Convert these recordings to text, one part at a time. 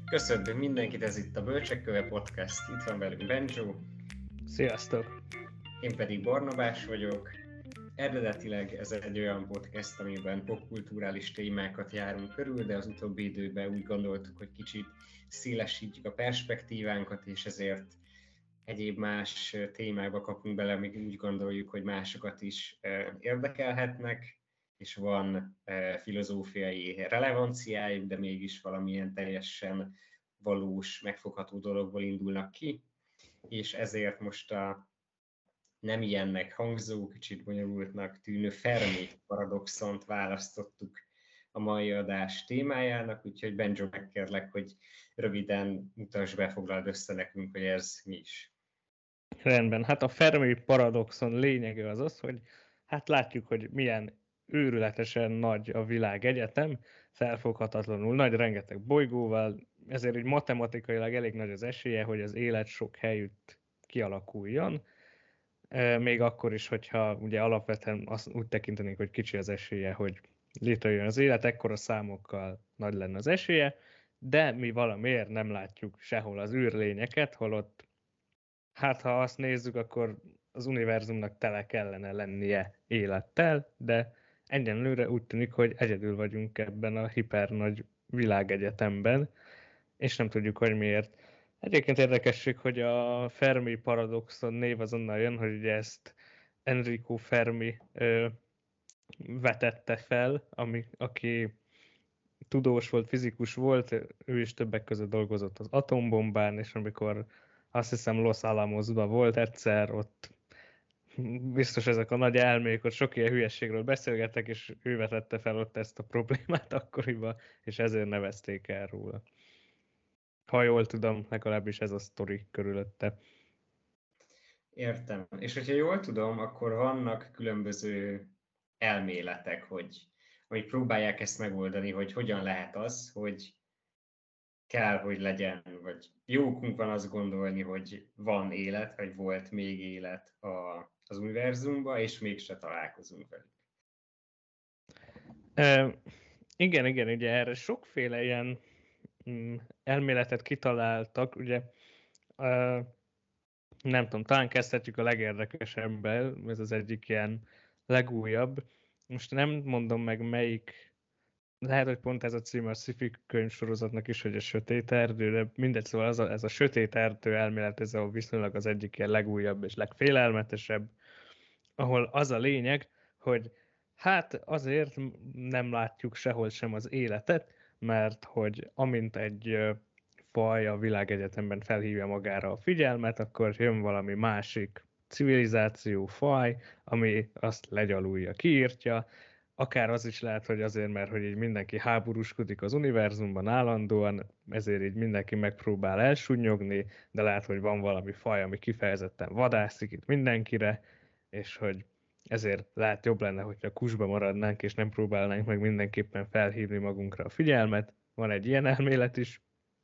Köszöntünk mindenkit, ez itt a Bölcsekköve Podcast, itt van velünk Benjo. Sziasztok! Én pedig Barnabás vagyok. Eredetileg ez egy olyan podcast, amiben popkulturális témákat járunk körül, de az utóbbi időben úgy gondoltuk, hogy kicsit szélesítjük a perspektívánkat, és ezért egyéb más témákba kapunk bele, amíg úgy gondoljuk, hogy másokat is érdekelhetnek, és van filozófiai relevanciájuk, de mégis valamilyen teljesen valós, megfogható dologból indulnak ki, és ezért most a nem ilyennek hangzó, kicsit bonyolultnak tűnő Fermi paradoxont választottuk a mai adás témájának, úgyhogy Benjo, megkérlek, hogy röviden mutasd be, foglald össze nekünk, hogy ez mi is. Rendben, hát a Fermi paradoxon lényege az, hogy hát látjuk, hogy milyen őrületesen nagy a világegyetem, felfoghatatlanul nagy, rengeteg bolygóval, ezért így matematikailag elég nagy az esélye, hogy az élet sok helyütt kialakuljon, még akkor is, hogyha ugye alapvetően azt úgy tekintenénk, hogy kicsi az esélye, hogy létrejön az élet, ekkora számokkal nagy lenne az esélye, de mi valamiért nem látjuk sehol az űrlényeket, holott hát ha azt nézzük, akkor az univerzumnak tele kellene lennie élettel, de egyenlőre úgy tűnik, hogy egyedül vagyunk ebben a hipernagy világegyetemben, és nem tudjuk, hogy miért. Egyébként érdekesség, hogy a Fermi paradoxon név azonnal jön, hogy ugye ezt Enrico Fermi vetette fel, aki tudós volt, fizikus volt, ő is többek között dolgozott az atombombán, és amikor azt hiszem Los Alamosban volt egyszer, ott biztos ezek a nagy elmék, ott sok ilyen hülyeségről beszélgettek, és ő vetette fel ott ezt a problémát akkoriban, és ezért nevezték el róla. Ha jól tudom, legalábbis ez a sztori körülötte. Értem. És hogyha jól tudom, akkor vannak különböző elméletek, hogy próbálják ezt megoldani, hogy hogyan lehet az, hogy kell, hogy legyen, vagy jókunk van azt gondolni, hogy van élet, vagy volt még élet az univerzumban, és mégse találkozunk velük. Igen, ugye erre sokféle ilyen elméletet kitaláltak, ugye nem tudom, talán kezdhetjük a legérdekesebbel, ez az egyik ilyen legújabb. Most nem mondom meg melyik, lehet, hogy pont ez a cím a sci-fi könyvsorozatnak is, hogy a sötét erdő, de mindegy, szóval ez a sötét erdő elmélet, ez a viszonylag az egyik ilyen legújabb és legfélelmetesebb, ahol az a lényeg, hogy hát azért nem látjuk sehol sem az életet, mert hogy amint egy faj a világegyetemben felhívja magára a figyelmet, akkor jön valami másik civilizáció, faj, ami azt legyalulja, kiírtja. Akár az is lehet, hogy azért, mert hogy így mindenki háborúskodik az univerzumban állandóan, ezért így mindenki megpróbál elsúnyogni, de lehet, hogy van valami faj, ami kifejezetten vadászik itt mindenkire, és hogy ezért lehet jobb lenne, hogyha kusba maradnánk, és nem próbálnánk meg mindenképpen felhívni magunkra a figyelmet. Van egy ilyen elmélet is.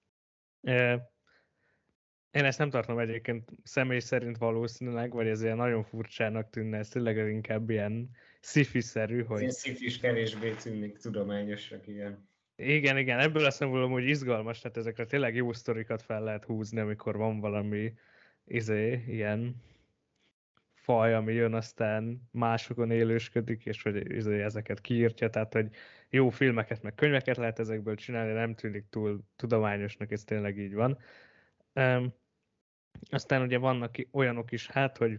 Én ezt nem tartom egyébként személy szerint valószínűleg, vagy ez ilyen nagyon furcsának tűnne, ez tényleg inkább ilyen sci-fi-szerű, hogy... Ilyen sci-fi is kevésbé tűnik tudományosnak, igen. Igen, ebből azt mondom, hogy izgalmas, tehát ezekre tényleg jó sztorikat fel lehet húzni, amikor van valami ilyen faj, ami jön, aztán másokon élősködik, és hogy ezeket kiírtja, tehát hogy jó filmeket, meg könyveket lehet ezekből csinálni, nem tűnik túl tudományosnak, ez tényleg így van. Aztán ugye vannak olyanok is, hát, hogy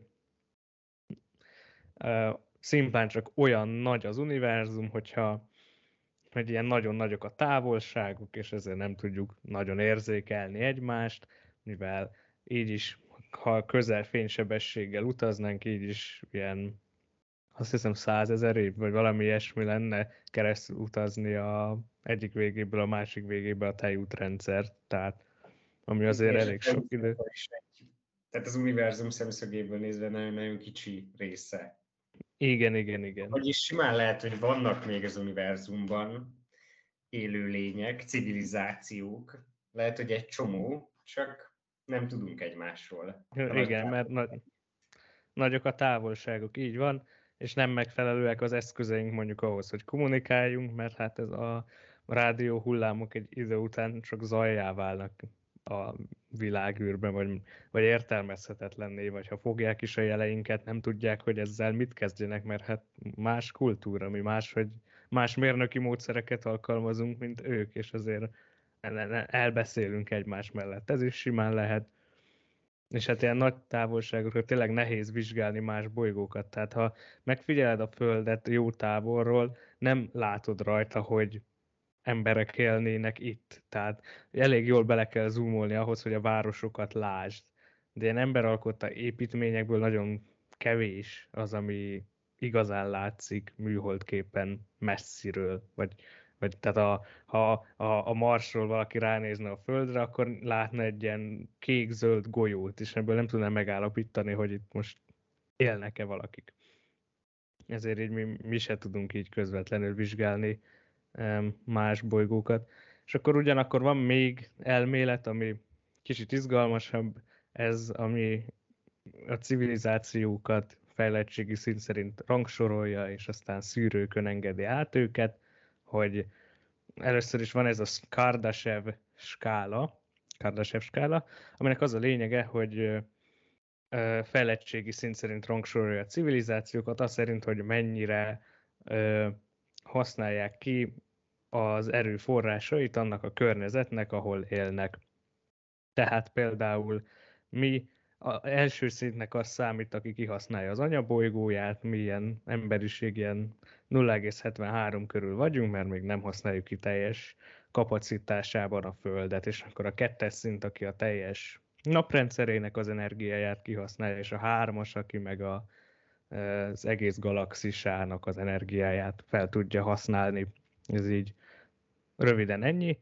szimplán csak olyan nagy az univerzum, hogy ilyen nagyon nagyok a távolságok, és ezért nem tudjuk nagyon érzékelni egymást, mivel így is, ha közel fénysebességgel utaznánk, így is ilyen, azt hiszem 100 000 év, vagy valami ilyesmi lenne keresztül utazni a egyik végéből a másik végébe a tejútrendszer, tehát ami azért elég sok idő. Tehát az univerzum szemszögéből nézve nagyon-nagyon kicsi része. Igen. Vagyis simán lehet, hogy vannak még az univerzumban élőlények, civilizációk, lehet, hogy egy csomó, csak nem tudunk egymásról. Igen, mert nagyok a távolságok, így van, és nem megfelelőek az eszközeink mondjuk ahhoz, hogy kommunikáljunk, mert hát ez a rádió hullámok egy idő után csak zajjá válnak a világűrben, vagy értelmezhetetlenné, vagy ha fogják is a jeleinket, nem tudják, hogy ezzel mit kezdjenek, mert hát más kultúra, mi más mérnöki módszereket alkalmazunk, mint ők, és azért elbeszélünk egymás mellett. Ez is simán lehet. És hát ilyen nagy távolságokra tényleg nehéz vizsgálni más bolygókat. Tehát ha megfigyeled a Földet jó távolról, nem látod rajta, hogy emberek élnének itt. Tehát elég jól bele kell zoomolni ahhoz, hogy a városokat lásd. De ilyen emberalkotta építményekből nagyon kevés az, ami igazán látszik műholdképen messziről. Vagy tehát ha a Marsról valaki ránézne a Földre, akkor látna egy ilyen kék-zöld golyót, és ebből nem tudná megállapítani, hogy itt most élnek-e valakik. Ezért így mi se tudunk így közvetlenül vizsgálni más bolygókat. És akkor ugyanakkor van még elmélet, ami kicsit izgalmasabb, ez, ami a civilizációkat fejlettségi szint szerint rangsorolja, és aztán szűrőkön engedi át őket, hogy először is van ez a Kardashev skála, aminek az a lényege, hogy fejlettségi szint szerint rangsorolja a civilizációkat, az szerint, hogy mennyire használják ki az erőforrásait annak a környezetnek, ahol élnek. Tehát például mi az első szintnek az számít, aki kihasználja az anyabolygóját, mi ilyen emberiség ilyen 0,73 körül vagyunk, mert még nem használjuk ki teljes kapacitásában a Földet, és akkor a 2. szint, aki a teljes naprendszerének az energiáját kihasználja, és a 3-as, aki meg az egész galaxisának az energiáját fel tudja használni. Ez így röviden ennyi.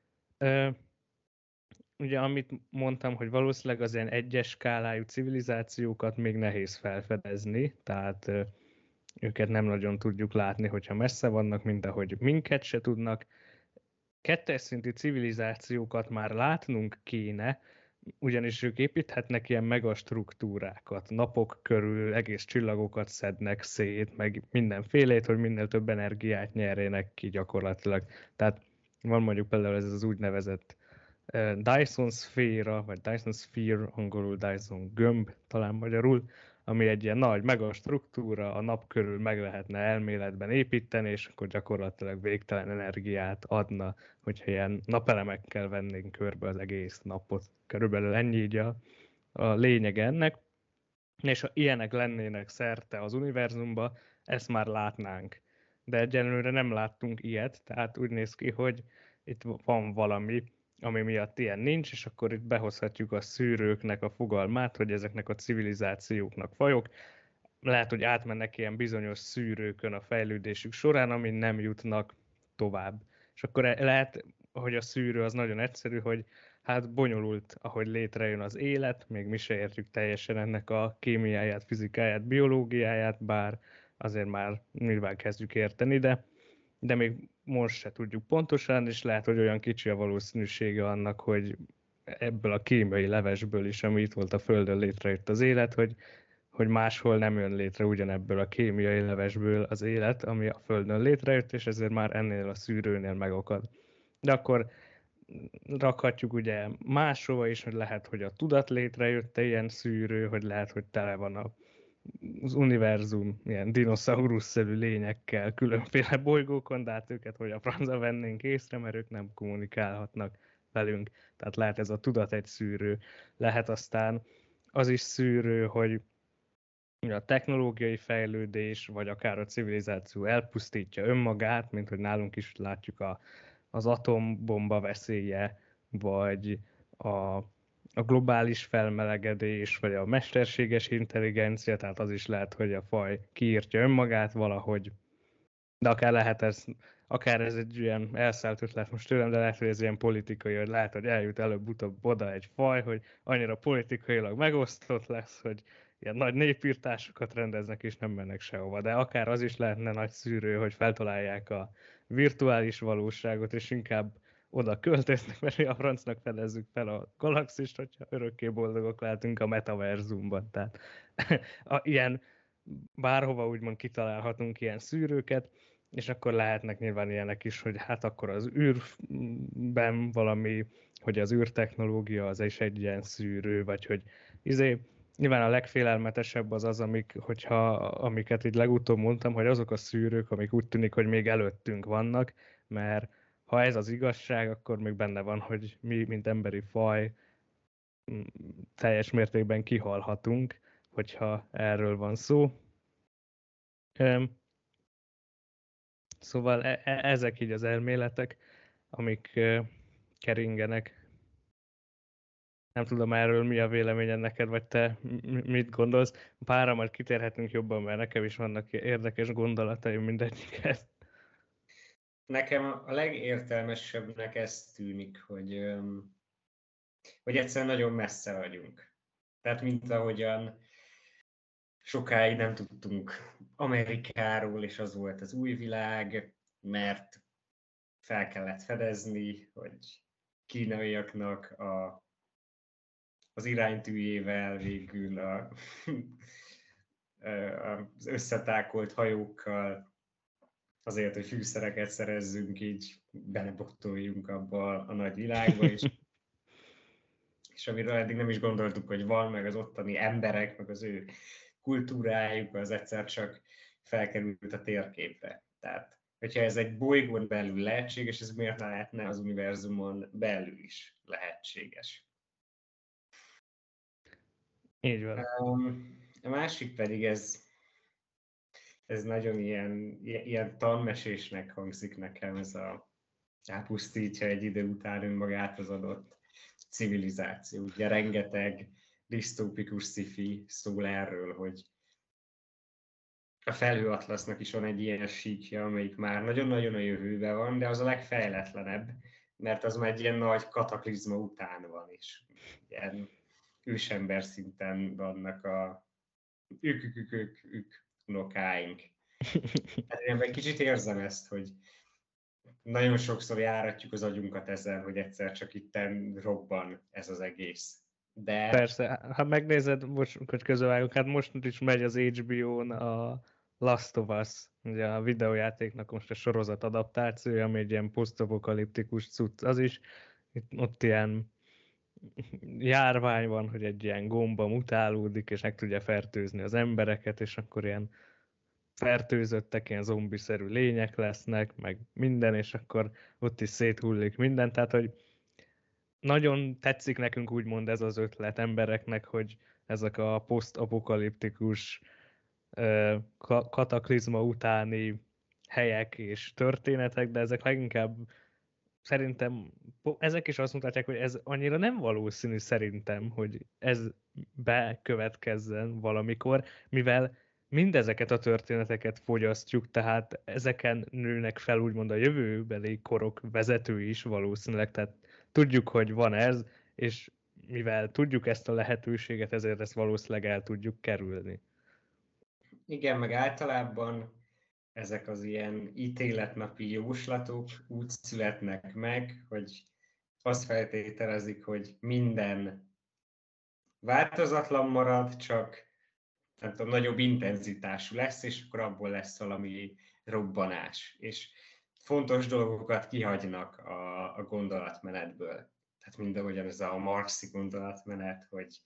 Ugye amit mondtam, hogy valószínűleg az ilyen 1-es skálájú civilizációkat még nehéz felfedezni, tehát őket nem nagyon tudjuk látni, hogyha messze vannak, mint ahogy minket se tudnak. 2-es szintű civilizációkat már látnunk kéne, ugyanis ők építhetnek ilyen megastruktúrákat, napok körül egész csillagokat szednek szét, meg mindenfélét, hogy minél több energiát nyerjenek ki gyakorlatilag. Tehát van mondjuk például ez az úgynevezett Dyson szféra, vagy Dyson Sphere, angolul Dyson gömb, talán magyarul, ami egy ilyen nagy megastruktúra, a nap körül meg lehetne elméletben építeni, és akkor gyakorlatilag végtelen energiát adna, hogyha ilyen napelemekkel vennénk körbe az egész napot. Körülbelül ennyi így a lényeg ennek. És ha ilyenek lennének szerte az univerzumba, ezt már látnánk. De egyelőre nem láttunk ilyet, tehát úgy néz ki, hogy itt van valami, ami miatt ilyen nincs, és akkor itt behozhatjuk a szűrőknek a fogalmát, hogy ezeknek a civilizációknak fajok. Lehet, hogy átmennek ilyen bizonyos szűrőkön a fejlődésük során, amin nem jutnak tovább. És akkor lehet, hogy a szűrő az nagyon egyszerű, hogy hát bonyolult, ahogy létrejön az élet, még mi se értjük teljesen ennek a kémiáját, fizikáját, biológiáját, bár azért már nyilván kezdjük érteni, de még most se tudjuk pontosan, és lehet, hogy olyan kicsi a valószínűsége annak, hogy ebből a kémiai levesből is, ami itt volt a Földön, létrejött az élet, hogy máshol nem jön létre ugyanebből a kémiai levesből az élet, ami a Földön létrejött, és ezért már ennél a szűrőnél megakad. De akkor rakhatjuk ugye máshova is, hogy lehet, hogy a tudat létrejött ilyen szűrő, hogy lehet, hogy tele van az univerzum ilyen dinoszaurusz-szerű lényekkel különféle bolygókon, de hát őket hogy a francba vennénk észre, mert ők nem kommunikálhatnak velünk. Tehát lehet ez a tudat egy szűrő. Lehet aztán az is szűrő, hogy a technológiai fejlődés, vagy akár a civilizáció elpusztítja önmagát, mint hogy nálunk is látjuk az atombomba veszélye, vagy a globális felmelegedés, vagy a mesterséges intelligencia, tehát az is lehet, hogy a faj kiírtja önmagát valahogy, de akár ez egy ilyen elszállt ötlet most tőlem, de lehet, hogy ez ilyen politikai, hogy lehet, hogy eljut előbb-utóbb oda egy faj, hogy annyira politikailag megosztott lesz, hogy ilyen nagy népírtásokat rendeznek, és nem mennek sehova. De akár az is lehetne nagy szűrő, hogy feltalálják a virtuális valóságot, és inkább oda költöznek, mert a francnak fedezzük fel a galaxist, hogyha örökké boldogok lehetünk a metaverzumban. Tehát ilyen bárhova úgymond kitalálhatunk ilyen szűrőket, és akkor lehetnek nyilván ilyenek is, hogy hát akkor az űrben valami, hogy az űrtechnológia az is egy ilyen szűrő, vagy hogy nyilván a legfélelmetesebb az, amiket itt legutóbb mondtam, hogy azok a szűrők, amik úgy tűnik, hogy még előttünk vannak, mert ha ez az igazság, akkor még benne van, hogy mi, mint emberi faj, teljes mértékben kihalhatunk, hogyha erről van szó. Szóval ezek így az elméletek, amik keringenek. Nem tudom erről mi a véleményed neked, vagy te mit gondolsz. Párra majd kitérhetünk jobban, mert nekem is vannak érdekes gondolataim mindegyikhez. Nekem a legértelmesebbnek ez tűnik, hogy egyszerűen nagyon messze vagyunk. Tehát mint ahogyan sokáig nem tudtunk Amerikáról, és az volt az új világ, mert fel kellett fedezni, hogy kínaiaknak az iránytűjével végül az összetákolt hajókkal azért, hogy fűszereket szerezzünk, így belebottoljunk abba a nagy világba, és amiről eddig nem is gondoltuk, hogy van, meg az ottani emberek, meg az ő kultúrájuk, az egyszer csak felkerült a térképre. Tehát, hogyha ez egy bolygón belül lehetséges, ez miért lehetne az univerzumon belül is lehetséges? Így van. A másik pedig ez nagyon ilyen tanmesésnek hangzik nekem, ez elpusztítja egy idő után önmagát az adott civilizáció. Ugye rengeteg disztópikus sci-fi szól erről, hogy a felhőatlasznak is van egy ilyen síkja, amelyik már nagyon-nagyon a jövőben van, de az a legfejletlenebb, mert az már egy ilyen nagy kataklizma után van, és ilyen ősember szinten vannak ők unokáink. Hát én egy kicsit érzem ezt, hogy nagyon sokszor járatjuk az agyunkat ezzel, hogy egyszer csak itten robban ez az egész. De... Persze, ha megnézed, hogy közövágok, hát most is megy az HBO-n a Last of Us, ugye a videójátéknak most a sorozat adaptációja, ami egy ilyen posztapokaliptikus cucc, az is, ott ilyen járvány van, hogy egy ilyen gomba mutálódik, és meg tudja fertőzni az embereket, és akkor ilyen fertőzöttek, ilyen zombiszerű lények lesznek, meg minden, és akkor ott is széthullik minden, tehát hogy nagyon tetszik nekünk úgymond ez az ötlet embereknek, hogy ezek a posztapokaliptikus kataklizma utáni helyek és történetek, de ezek leginkább szerintem, ezek is azt mutatják, hogy ez annyira nem valószínű szerintem, hogy ez bekövetkezzen valamikor, mivel mindezeket a történeteket fogyasztjuk, tehát ezeken nőnek fel úgymond a jövőbeli korok vezetői is valószínűleg, tehát tudjuk, hogy van ez, és mivel tudjuk ezt a lehetőséget, ezért ezt valószínűleg el tudjuk kerülni. Igen, meg általában ezek az ilyen ítéletnapi jóslatok úgy születnek meg, hogy azt feltételezik, hogy minden változatlan marad, csak nem tudom, nagyobb intenzitású lesz, és akkor abból lesz valami robbanás. És fontos dolgokat kihagynak a gondolatmenetből. Tehát mindahogyan ez a marxi gondolatmenet,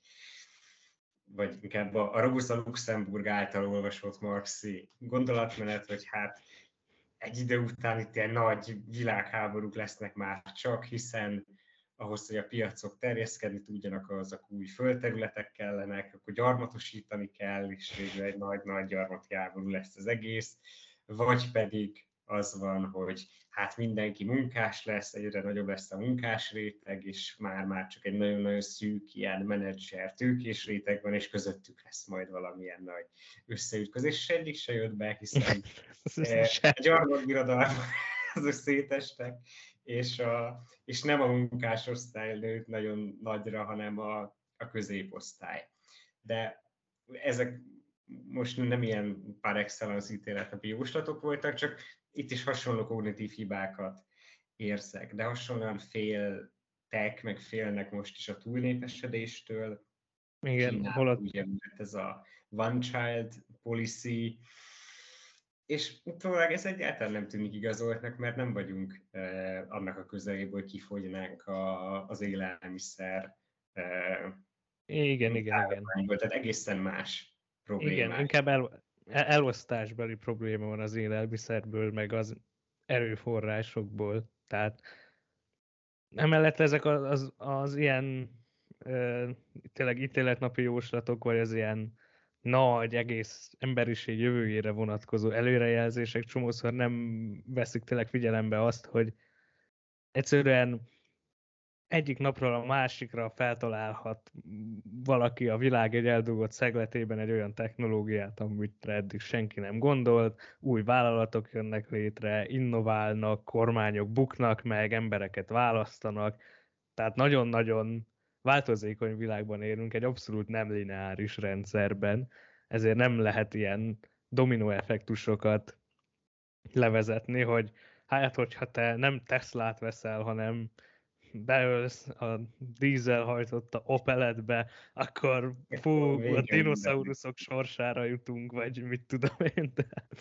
vagy inkább a Rosa Luxemburg által olvasott marxi gondolatmenet, hogy hát egy idő után itt ilyen nagy világháborúk lesznek már csak, hiszen ahhoz, hogy a piacok terjeszkedni tudjanak, azok új földterületek kellenek, akkor gyarmatosítani kell, és végül egy nagy-nagy gyarmati háború lesz az egész, vagy pedig az van, hogy hát mindenki munkás lesz, egyre nagyobb lesz a munkás réteg, és már csak egy nagyon-nagyon szűk ilyen menedzser tőkés réteg van, és közöttük lesz majd valamilyen nagy összeütközés, és egyik se jött be, hiszen a gyarmatbirodalmak azok szétestek, és nem a munkásosztály nőtt nagyon nagyra, hanem a középosztály. De ezek most nem ilyen par excellence ítéletnapi jóslatok voltak, csak itt is hasonló kognitív hibákat érzek, de hasonlóan féltek, meg félnek most is a túlnépesedéstől. Igen, Kínában ugye ez a one child policy, És utólag ez egyáltalán nem tűnik igazoltnak, mert nem vagyunk annak a közeléből, hogy kifogynánk az élelmiszer Igen. állományból, tehát egészen más Igen, problémák. inkább elosztásbeli probléma van az élelmiszerből, meg az erőforrásokból. Tehát emellett ezek az ilyen tényleg ítéletnapi jóslatok, vagy az ilyen nagy, egész emberiség jövőjére vonatkozó előrejelzések csomószor nem veszik tényleg figyelembe azt, hogy egyszerűen egyik napról a másikra feltalálhat valaki a világ egy eldugott szegletében egy olyan technológiát, amit eddig senki nem gondolt, új vállalatok jönnek létre, innoválnak, kormányok buknak meg, embereket választanak, tehát nagyon-nagyon változékony világban élünk, egy abszolút nem lineáris rendszerben, ezért nem lehet ilyen dominó effektusokat levezetni, hogy hát, hogyha te nem Teslát veszel, hanem beölsz a dízelhajtotta Opeletbe, akkor a dinoszauruszok sorsára jutunk, vagy mit tudom én.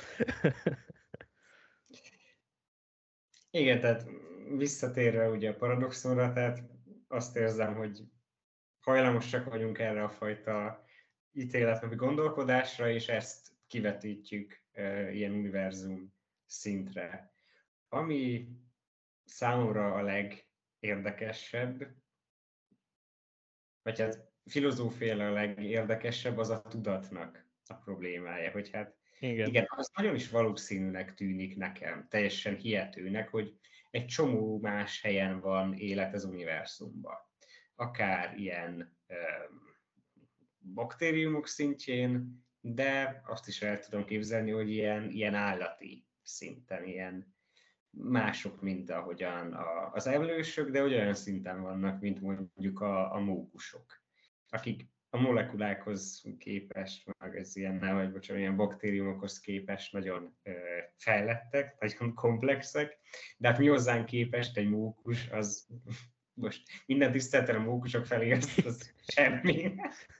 Igen, tehát visszatérve ugye a paradoxonra, tehát azt érzem, hogy hajlamosak vagyunk erre a fajta ítéletnapi gondolkodásra, és ezt kivetítjük ilyen univerzum szintre. Ami számomra a legérdekesebb, vagy hát filozófiailag a legérdekesebb, az a tudatnak a problémája, hogy hát igen, az nagyon is valószínűnek tűnik nekem, teljesen hihetőnek, hogy egy csomó más helyen van élet az univerzumban. Akár ilyen baktériumok szintjén, de azt is el tudom képzelni, hogy ilyen állati szinten, ilyen mások, mint ahogyan az emlősök, de olyan szinten vannak, mint mondjuk a mókusok, akik a molekulákhoz képest, meg ez ilyen baktériumokhoz képest nagyon fejlettek, nagyon komplexek, de hát mi hozzánk képest egy mókus, az most minden tiszteleten a mókusok felé, az semmi.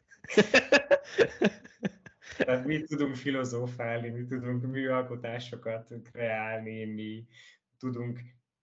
Tehát mi tudunk filozófálni, mi tudunk műalkotásokat kreálni, mi tudunk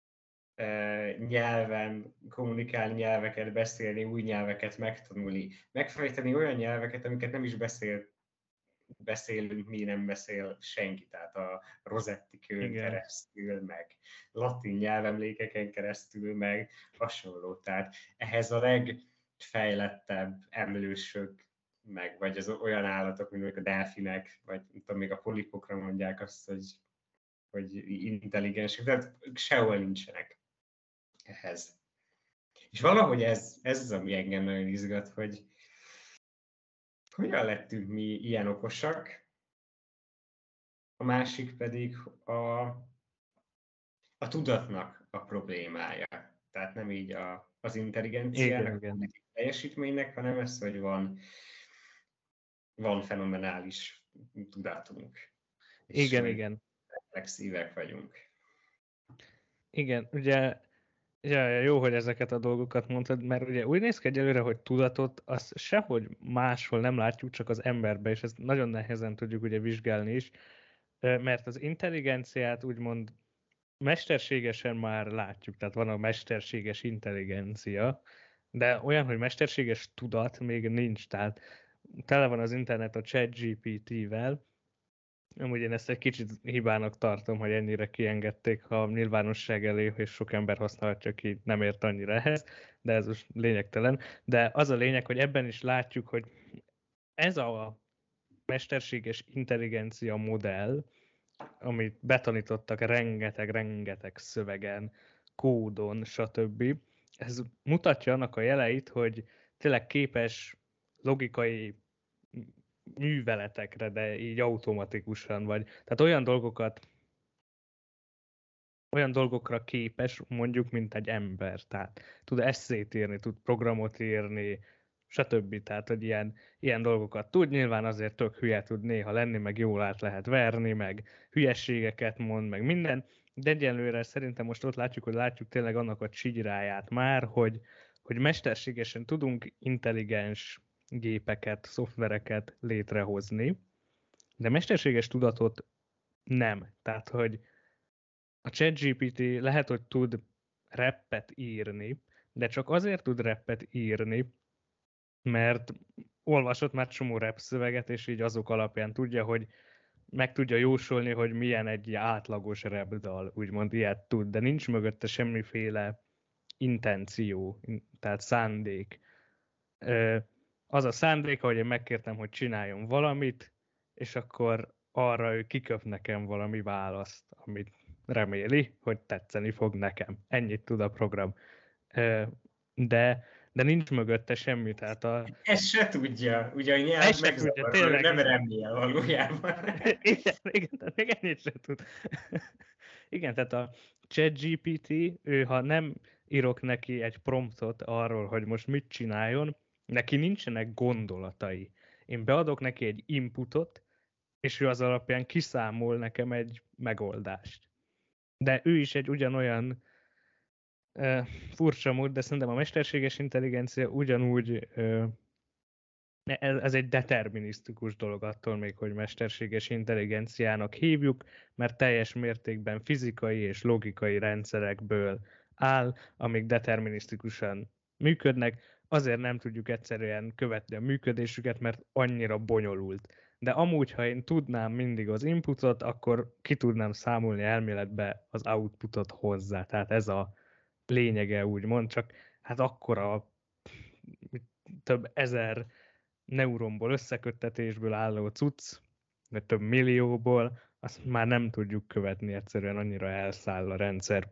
nyelven kommunikálni, nyelveket beszélni, új nyelveket megtanulni, megfejteni olyan nyelveket, amiket nem is beszélünk, mi nem beszél senki, tehát a Rosetti kőn keresztül, meg latin nyelvemlékeken keresztül, meg hasonló. Tehát ehhez a legfejlettebb emlősök, vagy az olyan állatok, mint a delfinek, vagy tudom, még a polipokra mondják azt, hogy intelligensek, tehát sehol nincsenek ehhez. És valahogy ez az, ami engem nagyon izgat, hogy hogyan lettünk mi ilyen okosak, a másik pedig a tudatnak a problémája. Tehát nem így az intelligenciának, a teljesítménynek, hanem ez, hogy van fenomenális tudatunk. Igen. Reflexívek vagyunk. Igen, ugye jó, hogy ezeket a dolgokat mondtad, mert ugye úgy néz ki egyelőre, hogy tudatot azt sehogy máshol nem látjuk, csak az emberbe, és ezt nagyon nehezen tudjuk ugye vizsgálni is, mert az intelligenciát úgymond mesterségesen már látjuk, tehát van a mesterséges intelligencia, de olyan, hogy mesterséges tudat még nincs, tehát tele van az internet a ChatGPT-vel, amúgy én ezt egy kicsit hibának tartom, hogy ennyire kiengedték a nyilvánosság elé, és sok ember használhatja, aki nem ért annyira ehhez, de ez most lényegtelen. De az a lényeg, hogy ebben is látjuk, hogy ez a mesterséges intelligencia modell, amit betanítottak rengeteg szövegen, kódon, stb. Ez mutatja annak a jeleit, hogy tényleg képes logikai műveletekre, de így automatikusan vagy. Tehát olyan dolgokra képes, mondjuk, mint egy ember. Tehát tud esszét írni, tud programot írni, stb. Tehát, hogy ilyen dolgokat tud. Nyilván azért tök hülye tud néha lenni, meg jól át lehet verni, meg hülyességeket mond, meg minden. De egyelőre szerintem most ott látjuk tényleg annak a csigyráját már, hogy mesterségesen tudunk intelligens gépeket, szoftvereket létrehozni, de mesterséges tudatot Nem. Tehát, hogy a ChatGPT lehet, hogy tud rappet írni, de csak azért tud rappet írni, mert olvasott már csomó rap szöveget, és így azok alapján tudja, hogy meg tudja jósolni, hogy milyen egy átlagos rap dal, úgymond ilyet tud, de nincs mögötte semmiféle intenció, tehát szándék. Az a szándék, hogy én megkértem, hogy csináljon valamit, és akkor arra ő kiköp nekem valami választ, amit reméli, hogy tetszeni fog nekem. Ennyit tud a program. De nincs mögötte semmi, tehát Ezt se tudja, ugye a nyelv ezt se tudja, megzavarva, ő tényleg. nem remél valójában. Igen, tehát még ennyit sem tud. Igen, tehát a ChatGPT, ő ha nem írok neki egy promptot arról, hogy most mit csináljon, neki nincsenek gondolatai. Én beadok neki egy inputot, és ő az alapján kiszámol nekem egy megoldást. De ő is egy ugyanolyan furcsa mód, de szerintem a mesterséges intelligencia ugyanúgy ez egy determinisztikus dolog attól még, hogy mesterséges intelligenciának hívjuk, mert teljes mértékben fizikai és logikai rendszerekből áll, amik determinisztikusan működnek, azért nem tudjuk egyszerűen követni a működésüket, mert annyira bonyolult. De amúgy, ha én tudnám mindig az inputot, akkor ki tudnám számolni elméletbe az outputot hozzá. Tehát ez a lényege, úgymond, csak hát akkora több ezer neuronból, összeköttetésből álló cucc, vagy több millióból, azt már nem tudjuk követni, egyszerűen annyira elszáll a rendszer.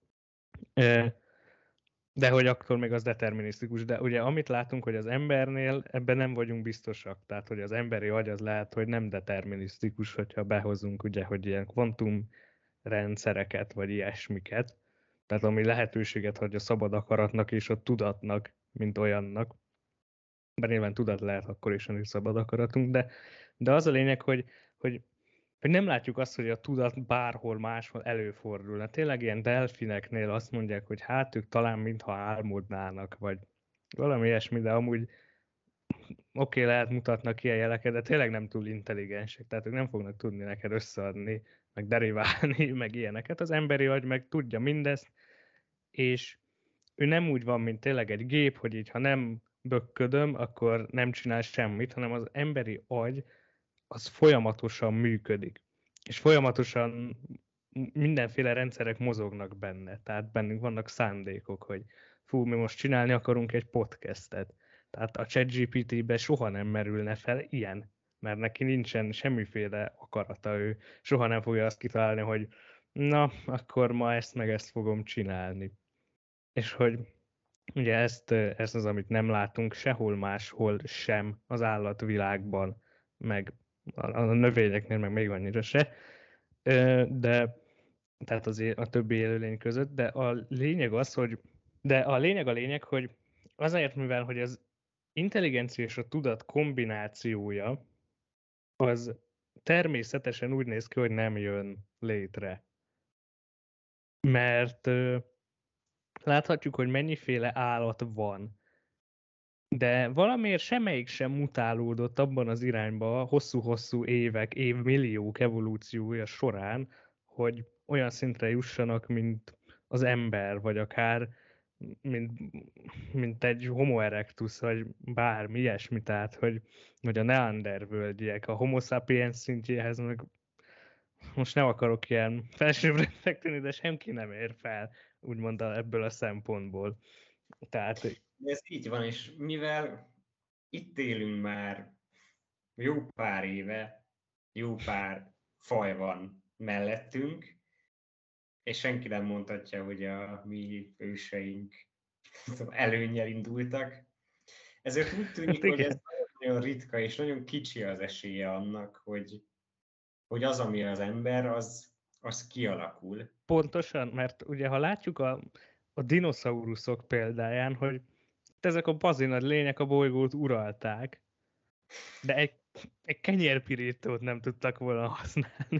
De hogy akkor még az determinisztikus, de ugye amit látunk, hogy az embernél ebben nem vagyunk biztosak, tehát hogy az emberi agy az lehet, hogy nem determinisztikus, hogyha behozunk ugye, hogy ilyen kvantum rendszereket, vagy ilyesmiket, tehát ami lehetőséget hagy a szabad akaratnak és a tudatnak, mint olyannak. Bár nyilván tudat lehet akkor is, hogy szabad akaratunk, de az a lényeg, hogy nem látjuk azt, hogy a tudat bárhol máshol előfordul. Hát tényleg ilyen delfineknél azt mondják, hogy hát ők talán mintha álmodnának, vagy valami ilyesmi, de amúgy oké, lehet mutatnak ilyen jeleket, de tényleg nem túl intelligensek, tehát ők nem fognak tudni neked összeadni, meg deriválni, meg ilyeneket. Az emberi agy meg tudja mindezt, és ő nem úgy van, mint tényleg egy gép, hogy így ha nem bökködöm, akkor nem csinál semmit, hanem az emberi agy az folyamatosan működik. És folyamatosan mindenféle rendszerek mozognak benne. Tehát bennünk vannak szándékok, hogy fú, mi most csinálni akarunk egy podcastet. Tehát a ChatGPT-be soha nem merülne fel ilyen, mert neki nincsen semmiféle akarata, ő soha nem fogja azt kitalálni, hogy na, akkor ma ezt meg ezt fogom csinálni. És hogy ugye ez az, amit nem látunk sehol máshol sem az állatvilágban, meg a növényeknél, meg még annyira se, de tehát a többi élőlény között, de a lényeg az, hogy hogy azért, mivel hogy az intelligencia és a tudat kombinációja az természetesen úgy néz ki, hogy nem jön létre. Mert láthatjuk, hogy mennyiféle állat van, de valamiért semmelyik sem mutálódott abban az irányba hosszú-hosszú évek, évmilliók evolúciója során, hogy olyan szintre jussanak, mint az ember, vagy akár mint egy Homo erectus, vagy bármi ilyesmi, tehát, hogy a neandervölgyiek, a Homo sapiens szintjéhez meg most nem akarok ilyen felsőbbre tűnni, de senki nem ér fel, úgymond ebből a szempontból. Tehát Ez így van, és mivel itt élünk már jó pár éve, jó pár faj van mellettünk, és senki nem mondhatja, hogy a mi őseink előnnyel indultak. Ezért úgy tűnik, hogy ez nagyon ritka, és nagyon kicsi az esélye annak, hogy az, ami az ember, az kialakul. Pontosan, mert ugye ha látjuk a dinoszauruszok példáján, hogy ezek a bazinagy lények a bolygót uralták, de egy kenyérpirítót nem tudtak volna használni.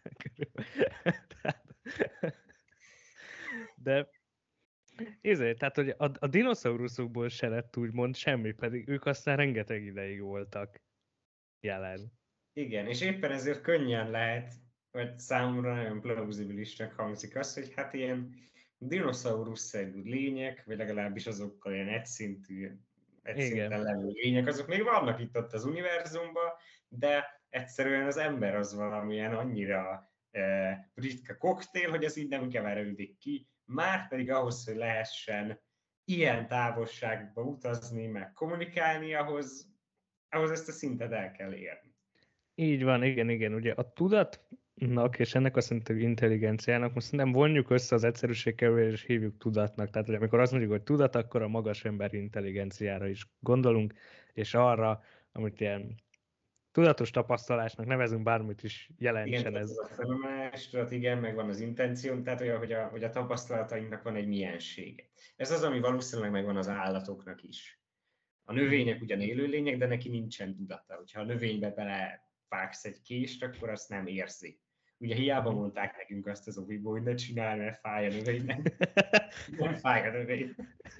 De tehát, hogy a dinoszauruszokból se lett úgymond semmi, pedig ők aztán rengeteg ideig voltak jelen. Igen, és éppen ezért könnyen lehet vagy számomra nagyon plauzibilisnek hangzik az, hogy hát ilyen dinoszaurusz-szerű lények, vagy legalábbis azokkal ilyen egyszinten Igen. levő lények, azok még vannak itt-ott az univerzumban, de egyszerűen az ember az valamilyen annyira ritka koktél, hogy ez így nem keverődik ki, már pedig ahhoz, hogy lehessen ilyen távolságba utazni, meg kommunikálni, ahhoz ezt a szintet el kell érni. Így van, igen. Ugye a tudatnak és ennek a szintű intelligenciának most nem vonjuk össze az egyszerűség kedvéért és hívjuk tudatnak. Tehát, hogy amikor azt mondjuk, hogy tudat, akkor a magas emberi intelligenciára is gondolunk, és arra, amit ilyen tudatos tapasztalásnak nevezünk, bármit is Igen, jelentsen tehát ez ez. a fenomenális tudat, igen, meg van az intenció, tehát olyan, hogy a tapasztalatainknak van egy miensége. Ez az, ami valószínűleg megvan az állatoknak is. A növények ugyan élőlények, de neki nincsen tudata. Hogyha a növénybe belevágsz egy kést, akkor azt nem érzi. Ugye hiába mondták nekünk azt az oviból, hogy ne csinálj, mert fáj a növénynek. Nem fáj a növény.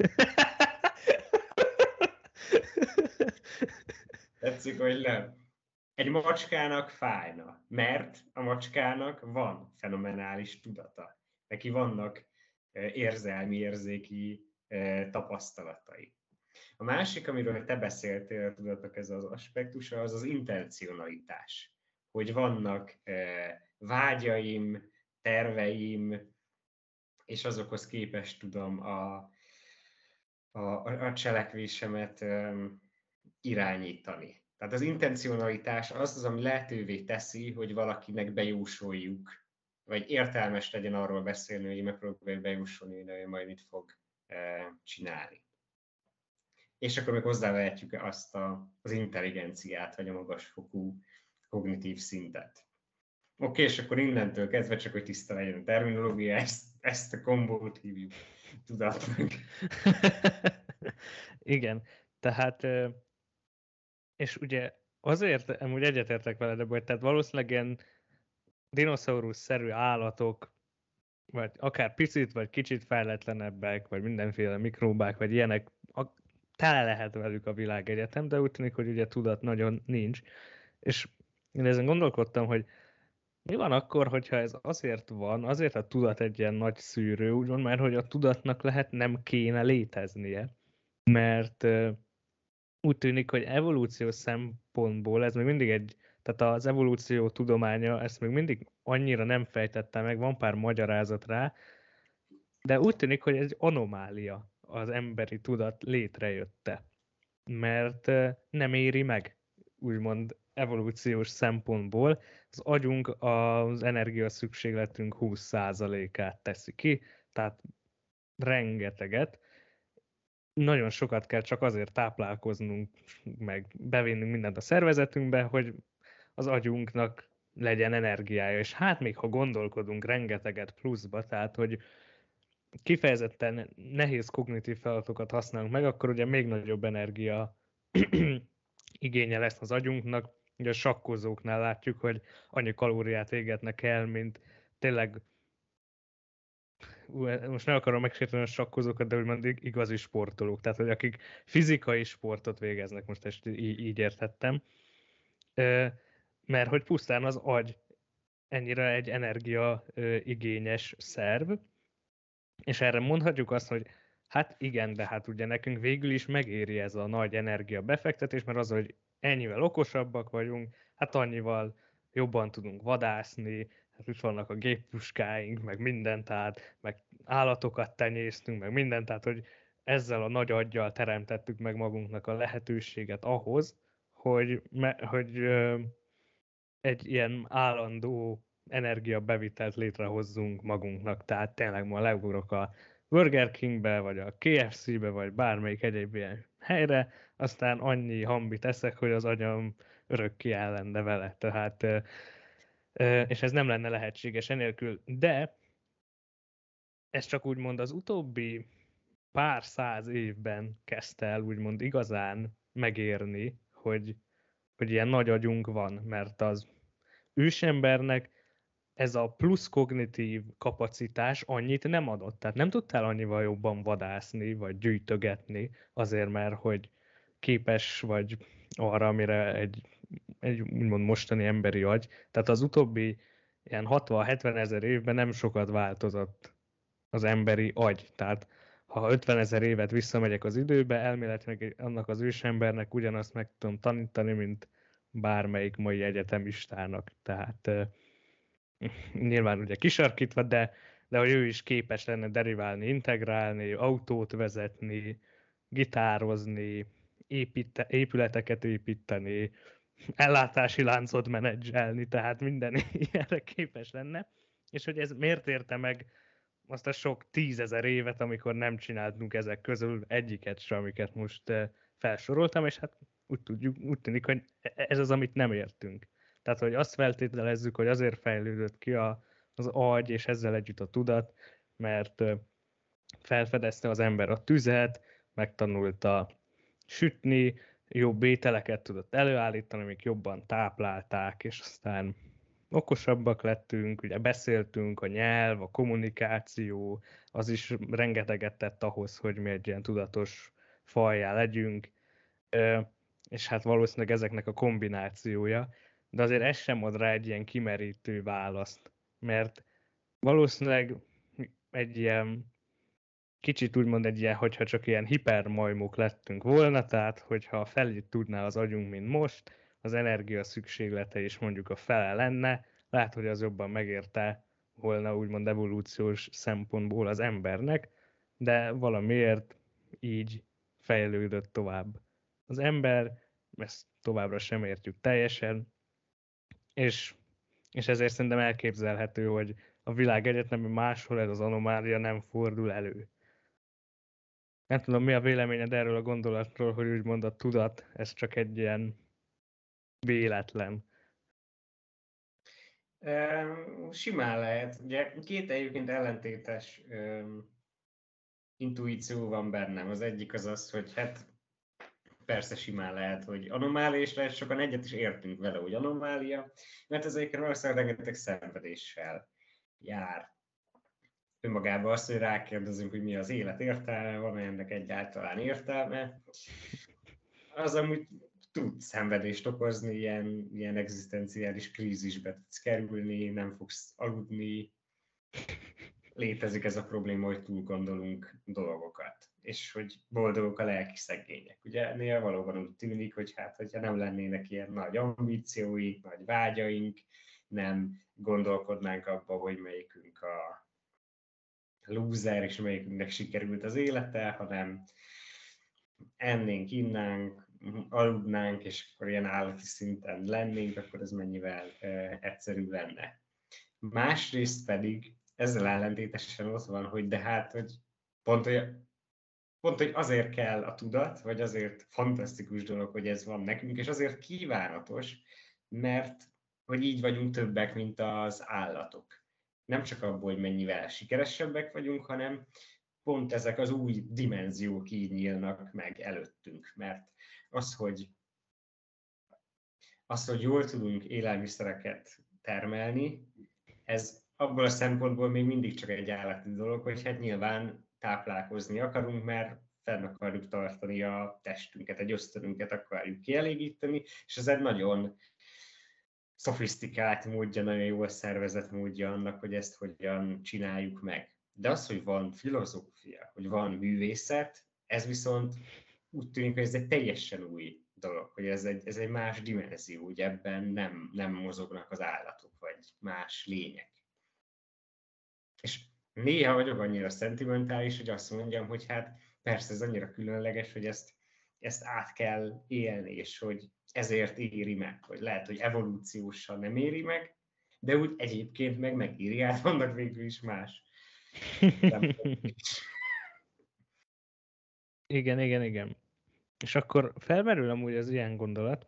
Tetszik, hogy nem. Egy macskának fájna, mert a macskának van fenomenális tudata. Neki vannak érzelmi, érzéki tapasztalatai. A másik, amiről te beszéltél, tudatok, ez az aspektusa, az az intencionalitás. Hogy vannak vágyaim, terveim, és azokhoz képest tudom a cselekvésemet irányítani. Tehát az intencionalitás az, ami lehetővé teszi, hogy valakinek bejósoljuk, vagy értelmes legyen arról beszélni, hogy megpróbáljuk bejósolni, hogy majd mit fog csinálni. És akkor még hozzávehetjük azt az intelligenciát, vagy a magasfokú kognitív szintet. Oké, és akkor innentől kezdve, csak hogy tiszta legyen a terminológia, ezt a kombót hívjuk tudatnak. Igen, tehát, és ugye azért amúgy egyetértek veled, hogy tehát valószínűleg ilyen dinoszaurusz-szerű állatok, vagy akár picit, vagy kicsit fejletlenebbek, vagy mindenféle mikróbák, vagy ilyenek, tele lehet velük a világegyetem, de úgy tűnik, hogy ugye tudat nagyon nincs. És én ezen gondolkodtam, hogy mi van akkor, hogyha ez azért van, azért a tudat egy ilyen nagy szűrő, úgymond, mert hogy a tudatnak lehet nem kéne léteznie, mert úgy tűnik, hogy evolúciós szempontból ez még mindig tehát az evolúció tudománya ezt még mindig annyira nem fejtette meg, van pár magyarázat rá, de úgy tűnik, hogy ez anomália az emberi tudat létrejötte, mert nem éri meg, úgymond evolúciós szempontból. Az agyunk az energiaszükségletünk 20%-át teszi ki, tehát rengeteget. Nagyon sokat kell csak azért táplálkoznunk, meg bevinnünk mindent a szervezetünkbe, hogy az agyunknak legyen energiája. És hát még ha gondolkodunk rengeteget pluszba, tehát hogy kifejezetten nehéz kognitív feladatokat használunk meg, akkor ugye még nagyobb energia igénye lesz az agyunknak. Ugye a sakkozóknál látjuk, hogy annyi kalóriát égetnek el, mint tényleg, most nem akarom megsérteni a sakkozókat, de úgymond igazi sportolók, tehát hogy akik fizikai sportot végeznek, most ezt így értettem, mert hogy pusztán az agy ennyire egy energia igényes szerv, és erre mondhatjuk azt, hogy hát igen, de hát ugye nekünk végül is megéri ez a nagy energia befektetés, mert az, hogy ennyivel okosabbak vagyunk, hát annyival jobban tudunk vadászni, hát itt vannak a géppuskáink, meg mindent, tehát meg állatokat tenyésztünk, meg mindent, tehát hogy ezzel a nagy aggyal teremtettük meg magunknak a lehetőséget ahhoz, hogy egy ilyen állandó energiabevitelt létrehozzunk magunknak. Tehát tényleg ma leugrok a Burger Kingbe, vagy a KFC-be, vagy bármelyik egyéb ilyen helyre, aztán annyi hambit eszek, hogy az agyam örökké el lenne vele. Tehát, és ez nem lenne lehetséges enélkül. De ez csak úgymond az utóbbi pár száz évben kezdte el úgymond igazán megérni, hogy ilyen nagy agyunk van, mert az ősembernek ez a plusz kognitív kapacitás annyit nem adott. Tehát nem tudtál annyival jobban vadászni, vagy gyűjtögetni, azért mert hogy képes vagy arra, amire egy úgymond mostani emberi agy. Tehát az utóbbi ilyen 60-70 ezer évben nem sokat változott az emberi agy. Tehát ha 50 ezer évet visszamegyek az időbe, elméletileg annak az ősembernek ugyanazt meg tudom tanítani, mint bármelyik mai egyetemistának. Tehát nyilván ugye kisarkítva, de hogy ő is képes lenne deriválni, integrálni, autót vezetni, gitározni, épületeket építeni, ellátási láncot menedzselni, tehát minden ilyenre képes lenne. És hogy ez miért érte meg azt a sok 10 000 évet, amikor nem csináltunk ezek közül egyiket sem, amiket most felsoroltam, és hát úgy tűnik, hogy ez az, amit nem értünk. Tehát, hogy azt feltételezzük, hogy azért fejlődött ki az agy, és ezzel együtt a tudat, mert felfedezte az ember a tüzet, megtanulta sütni, jobb ételeket tudott előállítani, amik jobban táplálták, és aztán okosabbak lettünk, ugye beszéltünk, a nyelv, a kommunikáció, az is rengeteget tett ahhoz, hogy mi egy ilyen tudatos fajjá legyünk, és hát valószínűleg ezeknek a kombinációja, de azért ez sem ad rá egy ilyen kimerítő választ, mert valószínűleg egy ilyen kicsit úgymond egy ilyen, hogyha csak ilyen hipermajmok lettünk volna, tehát hogyha felét tudná az agyunk, mint most, az energia szükséglete is mondjuk a fele lenne, lehet, hogy az jobban megérte volna úgymond evolúciós szempontból az embernek, de valamiért így fejlődött tovább az ember, ezt továbbra sem értjük teljesen, és ezért szerintem elképzelhető, hogy a világ egyetemi máshol ez az anomália nem fordul elő. Nem tudom, mi a véleményed erről a gondolatról, hogy úgymond a tudat, ez csak egy ilyen véletlen. Simán lehet. Ugye két egyébként ellentétes intuíció van bennem. Az egyik az az, hogy hát persze simán lehet, hogy anomália, és lehet sokan egyet is értünk vele, hogy anomália, mert ez egyébként valószínűleg rengeteg szenvedéssel jár. Önmagában azt, hogy rákérdezünk, hogy mi az élet értelme, van ennek egyáltalán értelme, az amúgy tud szenvedést okozni, ilyen egzisztenciális krízisbe tudsz kerülni, nem fogsz aludni, létezik ez a probléma, hogy túl gondolunk dolgokat, és hogy boldogok a lelki szegények. Ugye néha valóban úgy tűnik, hogy hát, hogyha nem lennének ilyen nagy ambícióink, nagy vágyaink, nem gondolkodnánk abba, hogy melyikünk a lúzer, és melyikünknek sikerült az élete, hanem ennénk, innánk, aludnánk, és akkor ilyen állati szinten lennénk, akkor ez mennyivel egyszerűbb lenne. Másrészt pedig ezzel ellentétesen ott van, hogy de hát, hogy pont, hogy azért kell a tudat, vagy azért fantasztikus dolog, hogy ez van nekünk, és azért kívánatos, mert hogy így vagyunk többek, mint az állatok. Nem csak abból, hogy mennyivel sikeresebbek vagyunk, hanem pont ezek az új dimenziók így nyílnak meg előttünk, mert az, hogy jól tudunk élelmiszereket termelni, ez abból a szempontból még mindig csak egy állati dolog, hogy hát nyilván táplálkozni akarunk, mert fenn akarjuk tartani a testünket, egy ösztönünket akarjuk kielégíteni, és ez egy nagyon szofisztikált módja, nagyon jól szervezett módja annak, hogy ezt hogyan csináljuk meg. De az, hogy van filozófia, hogy van művészet, ez viszont úgy tűnik, hogy ez egy teljesen új dolog, hogy ez egy más dimenzió, hogy ebben nem mozognak az állatok, vagy más lények. És néha vagyok annyira szentimentális, hogy azt mondjam, hogy hát persze ez annyira különleges, hogy ezt át kell élni, és hogy ezért éri meg, hogy lehet, hogy evolúciósan nem éri meg, de úgy egyébként meg megéri, hát vannak végül is más. Igen. És akkor felmerül amúgy az ilyen gondolat,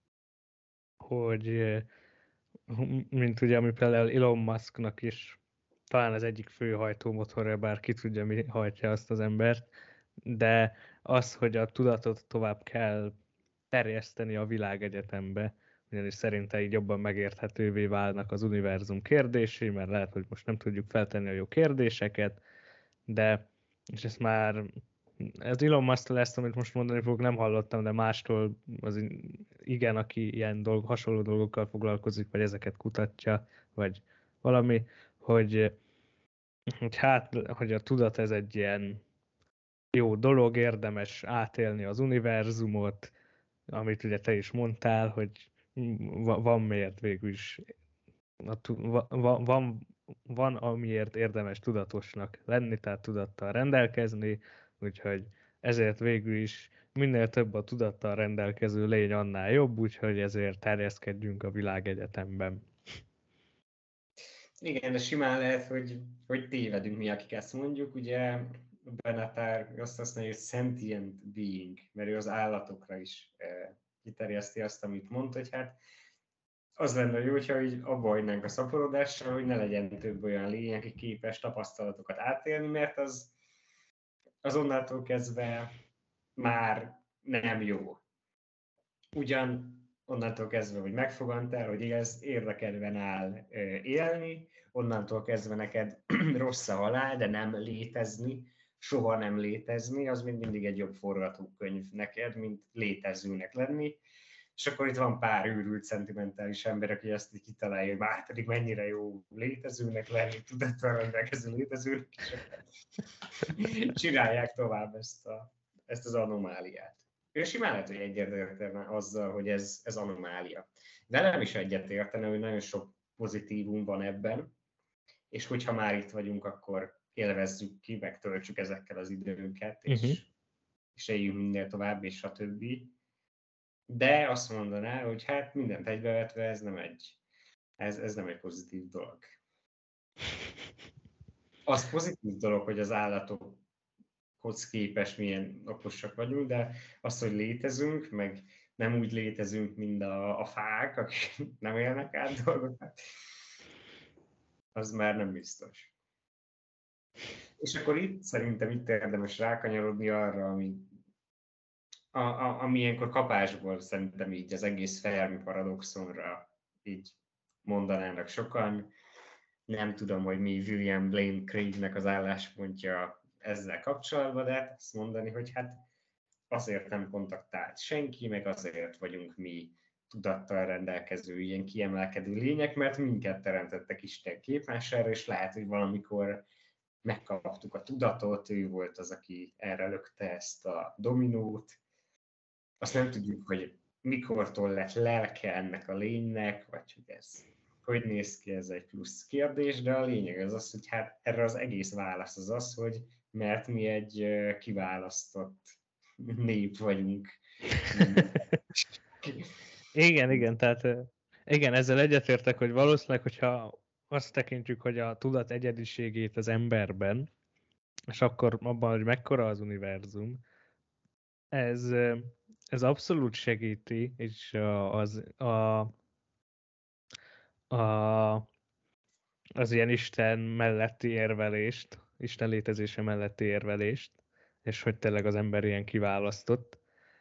hogy mint ugye, ami például Elon Musknak is talán az egyik fő hajtómotorja, bár ki tudja, mi hajtja azt az embert, de az, hogy a tudatot tovább kell terjeszteni a világegyetembe, ugyanis szerinte így jobban megérthetővé válnak az univerzum kérdései, mert lehet, hogy most nem tudjuk feltenni a jó kérdéseket, de, és ezt már ez Elon Musk-tól ezt, amit most mondani fogok, nem hallottam, de mástól az igen, aki ilyen hasonló dolgokkal foglalkozik, vagy ezeket kutatja, vagy valami, hogy hogy a tudat ez egy ilyen jó dolog, érdemes átélni az univerzumot, amit ugye te is mondtál, hogy van miért végül is, van amiért érdemes tudatosnak lenni, tehát tudattal rendelkezni, úgyhogy ezért végül is minél több a tudattal rendelkező lény, annál jobb, úgyhogy ezért terjeszkedjünk a világegyetemben. Igen, de simán lehet, hogy tévedünk mi, akik ezt mondjuk. Ugye Benatar azt használja, hogy sentient being, mert ő az állatokra is kiterjeszti azt, amit mond, hogy hát az lenne jó, hogyha így abba hagynánk a szaporodással, hogy ne legyen több olyan lény, aki képes tapasztalatokat átélni, mert az onnantól kezdve már nem jó. Ugyan onnantól kezdve, hogy megfogantál, hogy ez érdekedben áll élni, onnantól kezdve neked rossz a halál, de nem létezni, soha nem létezni, az mindig egy jobb forgatókönyv neked, mint létezőnek lenni. És akkor itt van pár őrült, szentimentális ember, aki ezt így kitalálja, hogy már pedig mennyire jó létezőnek lenni, tudattal rendelkező létezőnek, és csinálják tovább ezt az anomáliát. Ő simán lehet, hogy egyetértene azzal, hogy ez anomália. Velem is egyetértene, hogy nagyon sok pozitívum van ebben, és hogyha már itt vagyunk, akkor élvezzük ki, megtöltsük ezekkel az időnket, és éljünk minél tovább, és stb. De azt mondaná, hogy hát mindent egybevetve ez nem egy pozitív dolog. Az pozitív dolog, hogy az állatokhoz képest milyen okosak vagyunk, de az, hogy létezünk, meg nem úgy létezünk, mint a fák, akik nem élnek át dolgokat, az már nem biztos. És akkor itt szerintem érdemes rákanyarodni arra, ami ilyenkor kapásból szerintem így az egész Fermi paradoxonra így mondanának sokan. Nem tudom, hogy mi William Lane Craignek az álláspontja ezzel kapcsolatban, de azt mondani, hogy hát azért nem kontaktált senki, meg azért vagyunk mi tudattal rendelkező, ilyen kiemelkedő lények, mert minket teremtettek Isten képmására, és lehet, hogy valamikor megkaptuk a tudatot, ő volt az, aki erre lökte ezt a dominót. Azt nem tudjuk, hogy mikortól lett lelke ennek a lénynek, vagy hogy ez hogy néz ki, ez egy plusz kérdés, de a lényeg az, hogy hát erre az egész válasz az, hogy mert mi egy kiválasztott nép vagyunk. Igen, tehát igen, ezzel egyetértek, hogy valószínűleg, hogyha azt tekintjük, hogy a tudat egyediségét az emberben, és akkor abban, hogy mekkora az univerzum, ez abszolút segíti, és az ilyen Isten melletti érvelést, Isten létezése melletti érvelést, és hogy tényleg az ember ilyen kiválasztott.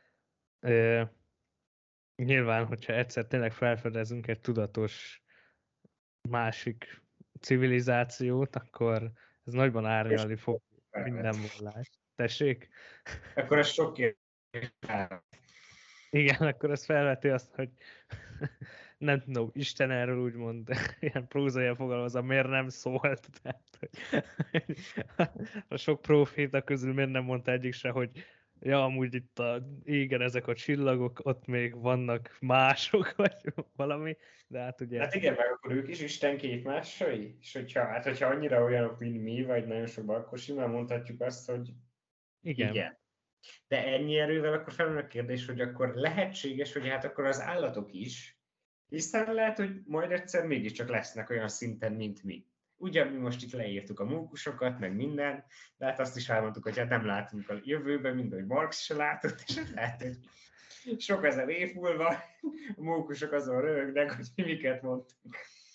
Nyilván, hogyha egyszer tényleg felfedezünk egy tudatos másik civilizációt, akkor ez nagyban árnyalni fog minden vallást. Tessék? Akkor ez sok kérdés. Igen, akkor ez felveti azt, hogy nem tudom, Isten erről úgymond ilyen prózaian fogalmazza, miért nem szólt. Tehát, hogy a sok proféta közül miért nem mondta egyik se, hogy ja, amúgy itt a égen ezek a csillagok, ott még vannak mások, vagy valami, de hát ugye... Hát igen, meg akkor ők is Isten képmásai, és hogyha annyira olyanok, mint mi, vagy nagyon sokban, akkor simán mondhatjuk azt, hogy igen. De ennyi erővel akkor felmerül a kérdés, hogy akkor lehetséges, hogy hát akkor az állatok is, hiszen lehet, hogy majd egyszer mégiscsak lesznek olyan szinten, mint mi. Ugyan mi most itt leírtuk a mókusokat, meg minden, de hát azt is elmondtuk, hogy hát nem látunk a jövőben, mint ahogy Marx se látott, és lehet, hogy sok ezer év múlva a mókusok azon röhögnek, hogy mi miket mondtunk.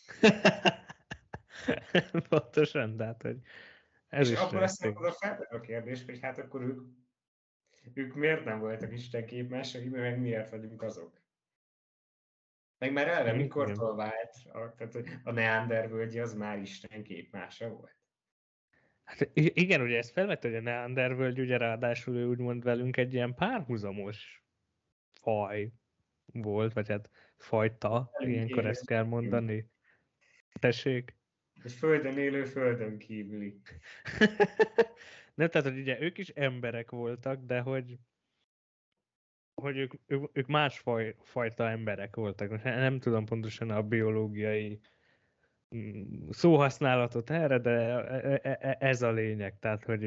Pontosan, tehát, hogy ez és is akkor azt mondod, felmerül a kérdés, hogy hát akkor ők miért nem voltak Isten képmásai, meg miért vagyunk azok? Meg már elve mikortól vált, tehát a neandervölgyi az már Isten képmása volt? Hát igen, ugye ezt felvett, hogy a neandervölgy, ugye ráadásul ő úgymond velünk egy ilyen párhuzamos faj volt, vagy hát fajta, ilyenkor ezt kell mondani. Tessék? Egy földön élő, földön kívüli. Nem, tehát, hogy ugye ők is emberek voltak, de hogy ők más fajta emberek voltak. Most nem tudom pontosan a biológiai szóhasználatot erre, de ez a lényeg. Tehát, hogy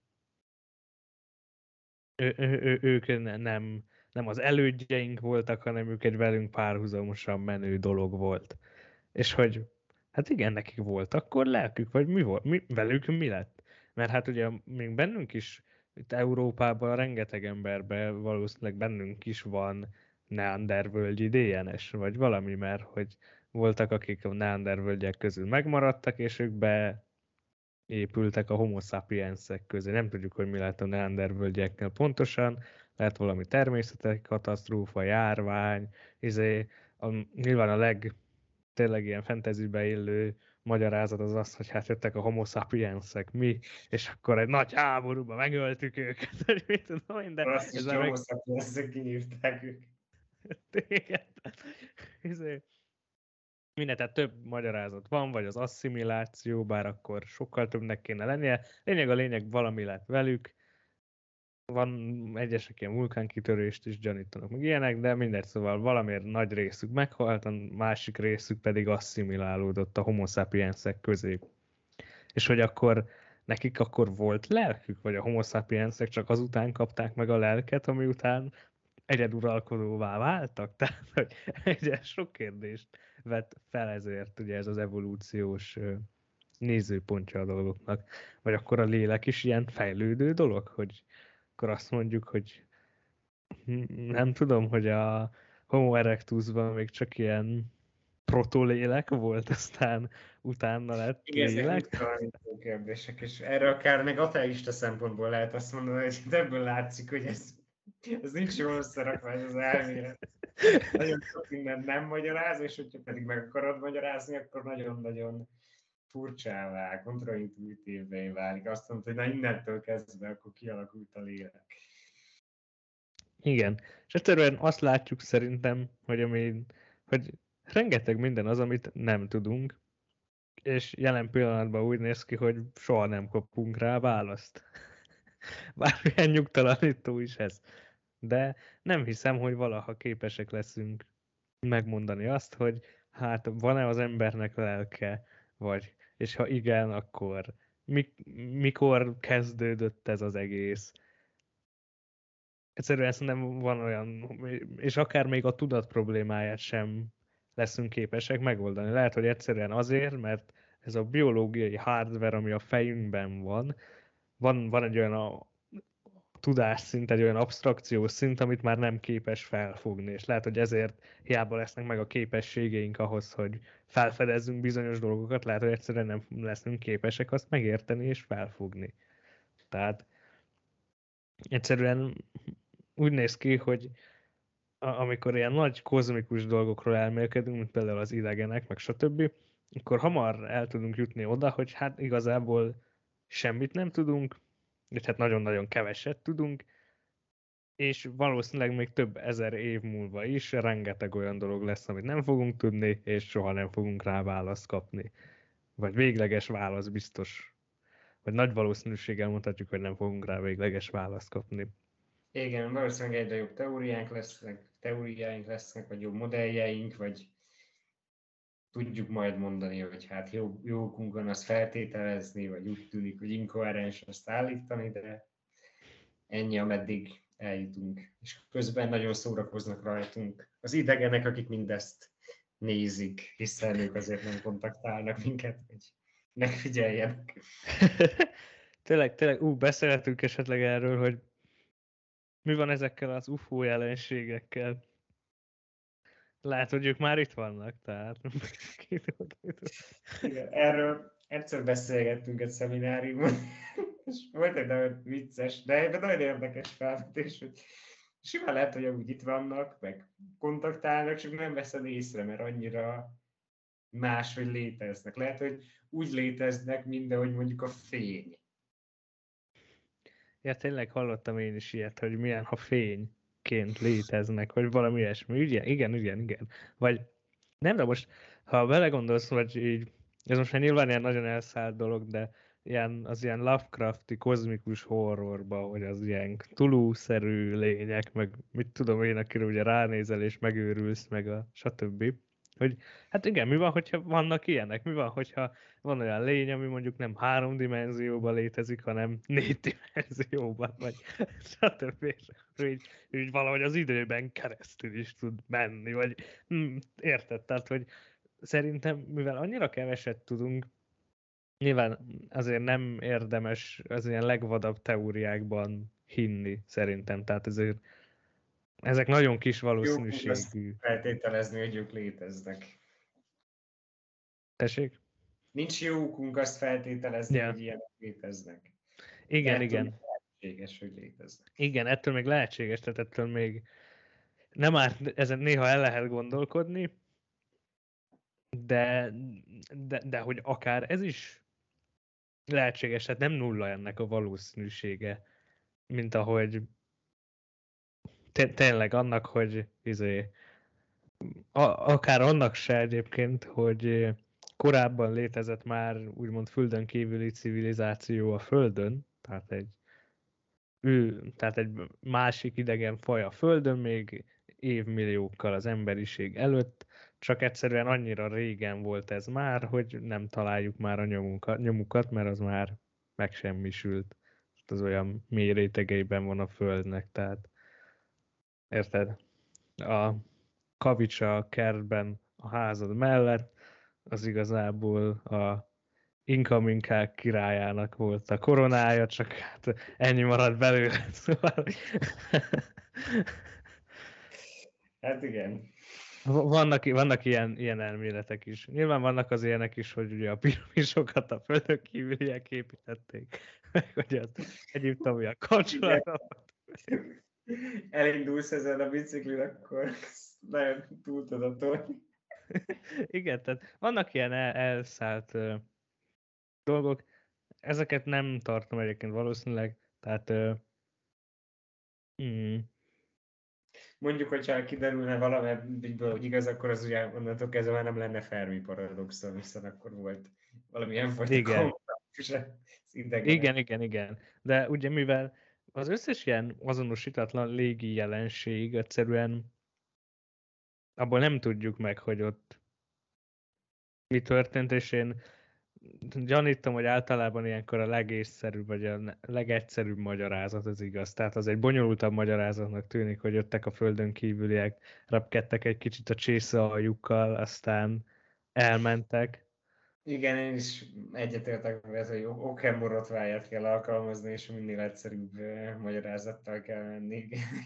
ők nem az elődjeink voltak, hanem ők egy velünk párhuzamosan menő dolog volt. És hogy hát igen, nekik volt akkor lelkük, vagy mi volt? Velük mi lett? Mert hát ugye még bennünk is, itt Európában rengeteg emberben valószínűleg bennünk is van neandervölgyi DNS, vagy valami, mert hogy voltak, akik a neandervölgyek közül megmaradtak, és ők beépültek a homo sapiensek közé. Nem tudjuk, hogy mi lett a neandervölgyeknél pontosan, lehet valami természeti katasztrófa, járvány, nyilván tényleg ilyen fantasybe illő magyarázat az az, hogy hát jöttek a homo sapiensek, mi, és akkor egy nagy háborúban megöltük őket, hogy mit tudom én, de... Azt is homo sapiensek kinyírták őket. Igen. Minden, tehát több magyarázat van, vagy az asszimiláció, bár akkor sokkal többnek kéne lennie. A lényeg valami lett velük. Van egyesek ilyen vulkánkitörést is gyanítanak, meg ilyenek, de mindegy, szóval valamiért nagy részük meghalt, a másik részük pedig asszimilálódott a homo sapiensek közé. És hogy akkor nekik akkor volt lelkük, vagy a homo sapiensek csak azután kapták meg a lelket, ami után egyeduralkodóvá váltak? Tehát, hogy ugye sok kérdést vett fel ezért ugye ez az evolúciós nézőpontja a dolgoknak. Vagy akkor a lélek is ilyen fejlődő dolog, hogy akkor azt mondjuk, hogy nem tudom, hogy a Homo erectusban még csak ilyen protolélek volt, aztán utána lett lélek. Igen, kérdések, és erre akár még ateista szempontból lehet azt mondani, hogy ebből látszik, hogy ez nincs jól összerakva, ez az elmélet. Nagyon sok mindent nem magyaráz, és hogyha pedig meg akarod magyarázni, akkor nagyon-nagyon furcsává, kontraintuitívvé válik. Azt mondta, hogy na innentől kezdve akkor kialakult a lélek. Igen, és egyszerűen azt látjuk szerintem, hogy rengeteg minden az, amit nem tudunk, és jelen pillanatban úgy néz ki, hogy soha nem kapunk rá választ. Bármilyen nyugtalanító is ez. De nem hiszem, hogy valaha képesek leszünk megmondani azt, hogy hát van-e az embernek lelke, vagy, és ha igen, akkor mikor kezdődött ez az egész. Egyszerűen szerintem van olyan, és akár még a tudat problémáját sem leszünk képesek megoldani. Lehet, hogy egyszerűen azért, mert ez a biológiai hardware, ami a fejünkben van egy olyan a tudásszint, egy olyan absztrakciós szint, amit már nem képes felfogni, és lehet, hogy ezért hiába lesznek meg a képességeink ahhoz, hogy felfedezzünk bizonyos dolgokat, lehet, hogy egyszerűen nem leszünk képesek azt megérteni és felfogni. Tehát egyszerűen úgy néz ki, hogy amikor ilyen nagy kozmikus dolgokról elmélkedünk, mint például az idegenek, meg stb., akkor hamar el tudunk jutni oda, hogy hát igazából semmit nem tudunk, és hát nagyon-nagyon keveset tudunk, és valószínűleg még több ezer év múlva is rengeteg olyan dolog lesz, amit nem fogunk tudni, és soha nem fogunk rá választ kapni. Vagy végleges válasz biztos. Vagy nagy valószínűséggel mondhatjuk, hogy nem fogunk rá végleges választ kapni. Igen, valószínűleg egyre jobb teóriáink lesznek, vagy jobb modelljeink, vagy tudjuk majd mondani, hogy hát jókunk van azt feltételezni, vagy úgy tűnik, hogy inkoherens azt állítani, de ennyi, ameddig eljutunk. És közben nagyon szórakoznak rajtunk az idegenek, akik mindezt nézik, hiszen ők azért nem kontaktálnak minket, hogy megfigyeljenek. tényleg, beszélhetünk esetleg erről, hogy mi van ezekkel az UFO jelenségekkel. Lehet, hogy ők már itt vannak, tehát... Igen, erről egyszer beszélgettünk egy szemináriumon, és volt egy nagyon vicces, de egyben nagyon érdekes felvetés, hogy simán lehet, hogy amúgy itt vannak, meg kontaktálnak, csak nem veszed észre, mert annyira máshogy léteznek. Lehet, hogy úgy léteznek, mint ahogy mondjuk a fény. Ja, tényleg hallottam én is ilyet, hogy milyen, ha fényként léteznek, vagy valami ilyesmi. Igen. Vagy nem, de most, ha belegondolsz, vagy így Ez most már nyilván ilyen nagyon elszállt dolog, de az ilyen Lovecrafti, kozmikus horrorba, hogy az ilyen Cthulhu-szerű lények, meg mit tudom én, akire ugye ránézel és megőrülsz, meg a stb. Hogy hát igen, mi van, hogyha vannak ilyenek? Mi van, hogyha van olyan lény, ami mondjuk nem 3 dimenzióban létezik, hanem 4 dimenzióban, vagy stb. Így valahogy az időben keresztül is tud menni, vagy érted? Tehát, hogy szerintem, mivel annyira keveset tudunk, nyilván azért nem érdemes az ilyen legvadabb teóriákban hinni, szerintem. Tehát ezek nagyon kis Jók azt valószínűségű. feltételezni, hogy ők léteznek. Tessék? Nincs jó okunk azt feltételezni, Ja. hogy ilyenek léteznek. Igen, De igen. lehetséges, hogy léteznek. Igen, ettől még lehetséges, tehát ettől még nem árt, ezen néha el lehet gondolkodni, de hogy akár ez is lehetséges, tehát nem nulla ennek a valószínűsége, mint ahogy tényleg annak, hogy akár annak se egyébként, hogy korábban létezett már úgymond földön kívüli civilizáció a Földön, tehát egy másik idegen faj a Földön, még évmilliókkal az emberiség előtt, csak egyszerűen annyira régen volt ez már, hogy nem találjuk már a nyomukat, mert az már megsemmisült. Az olyan mély rétegeiben van a Földnek, tehát érted? A kavicsa a kertben a házad mellett, az igazából a Inka-minkák királyának volt a koronája, csak hát ennyi maradt belőle, szóval... Hát igen. Vannak ilyen elméletek is. Nyilván vannak az ilyenek is, hogy ugye a piramisokat a földön kívüliek építették, meg hogy az egyiptomiak kapcsolatban. Elindulsz ezen a biciklin, akkor nagyon túl tudod tolni. Igen, tehát vannak ilyen elszállt dolgok, ezeket nem tartom egyébként valószínűleg, tehát Mondjuk, hogyha kiderülne valamiből, hogy igaz, akkor az ugye onnantól kezdve már nem lenne Fermi paradoxon, hiszen akkor volt valamilyen fajta konfliktus az idegenek. Igen. De ugye mivel az összes ilyen azonosítatlan légi jelenség egyszerűen abból nem tudjuk meg, hogy ott mi történt, és én gyanítom, hogy általában ilyenkor a legészszerűbb, vagy a legegyszerűbb magyarázat az igaz. Tehát az egy bonyolultabb magyarázatnak tűnik, hogy jöttek a földön kívüliek, repkedtek egy kicsit a csésze aljukkal, aztán elmentek. Igen, én is egyetértek meg, hogy Oken-borotváját kell alkalmazni, és minél egyszerűbb magyarázattal kell menni.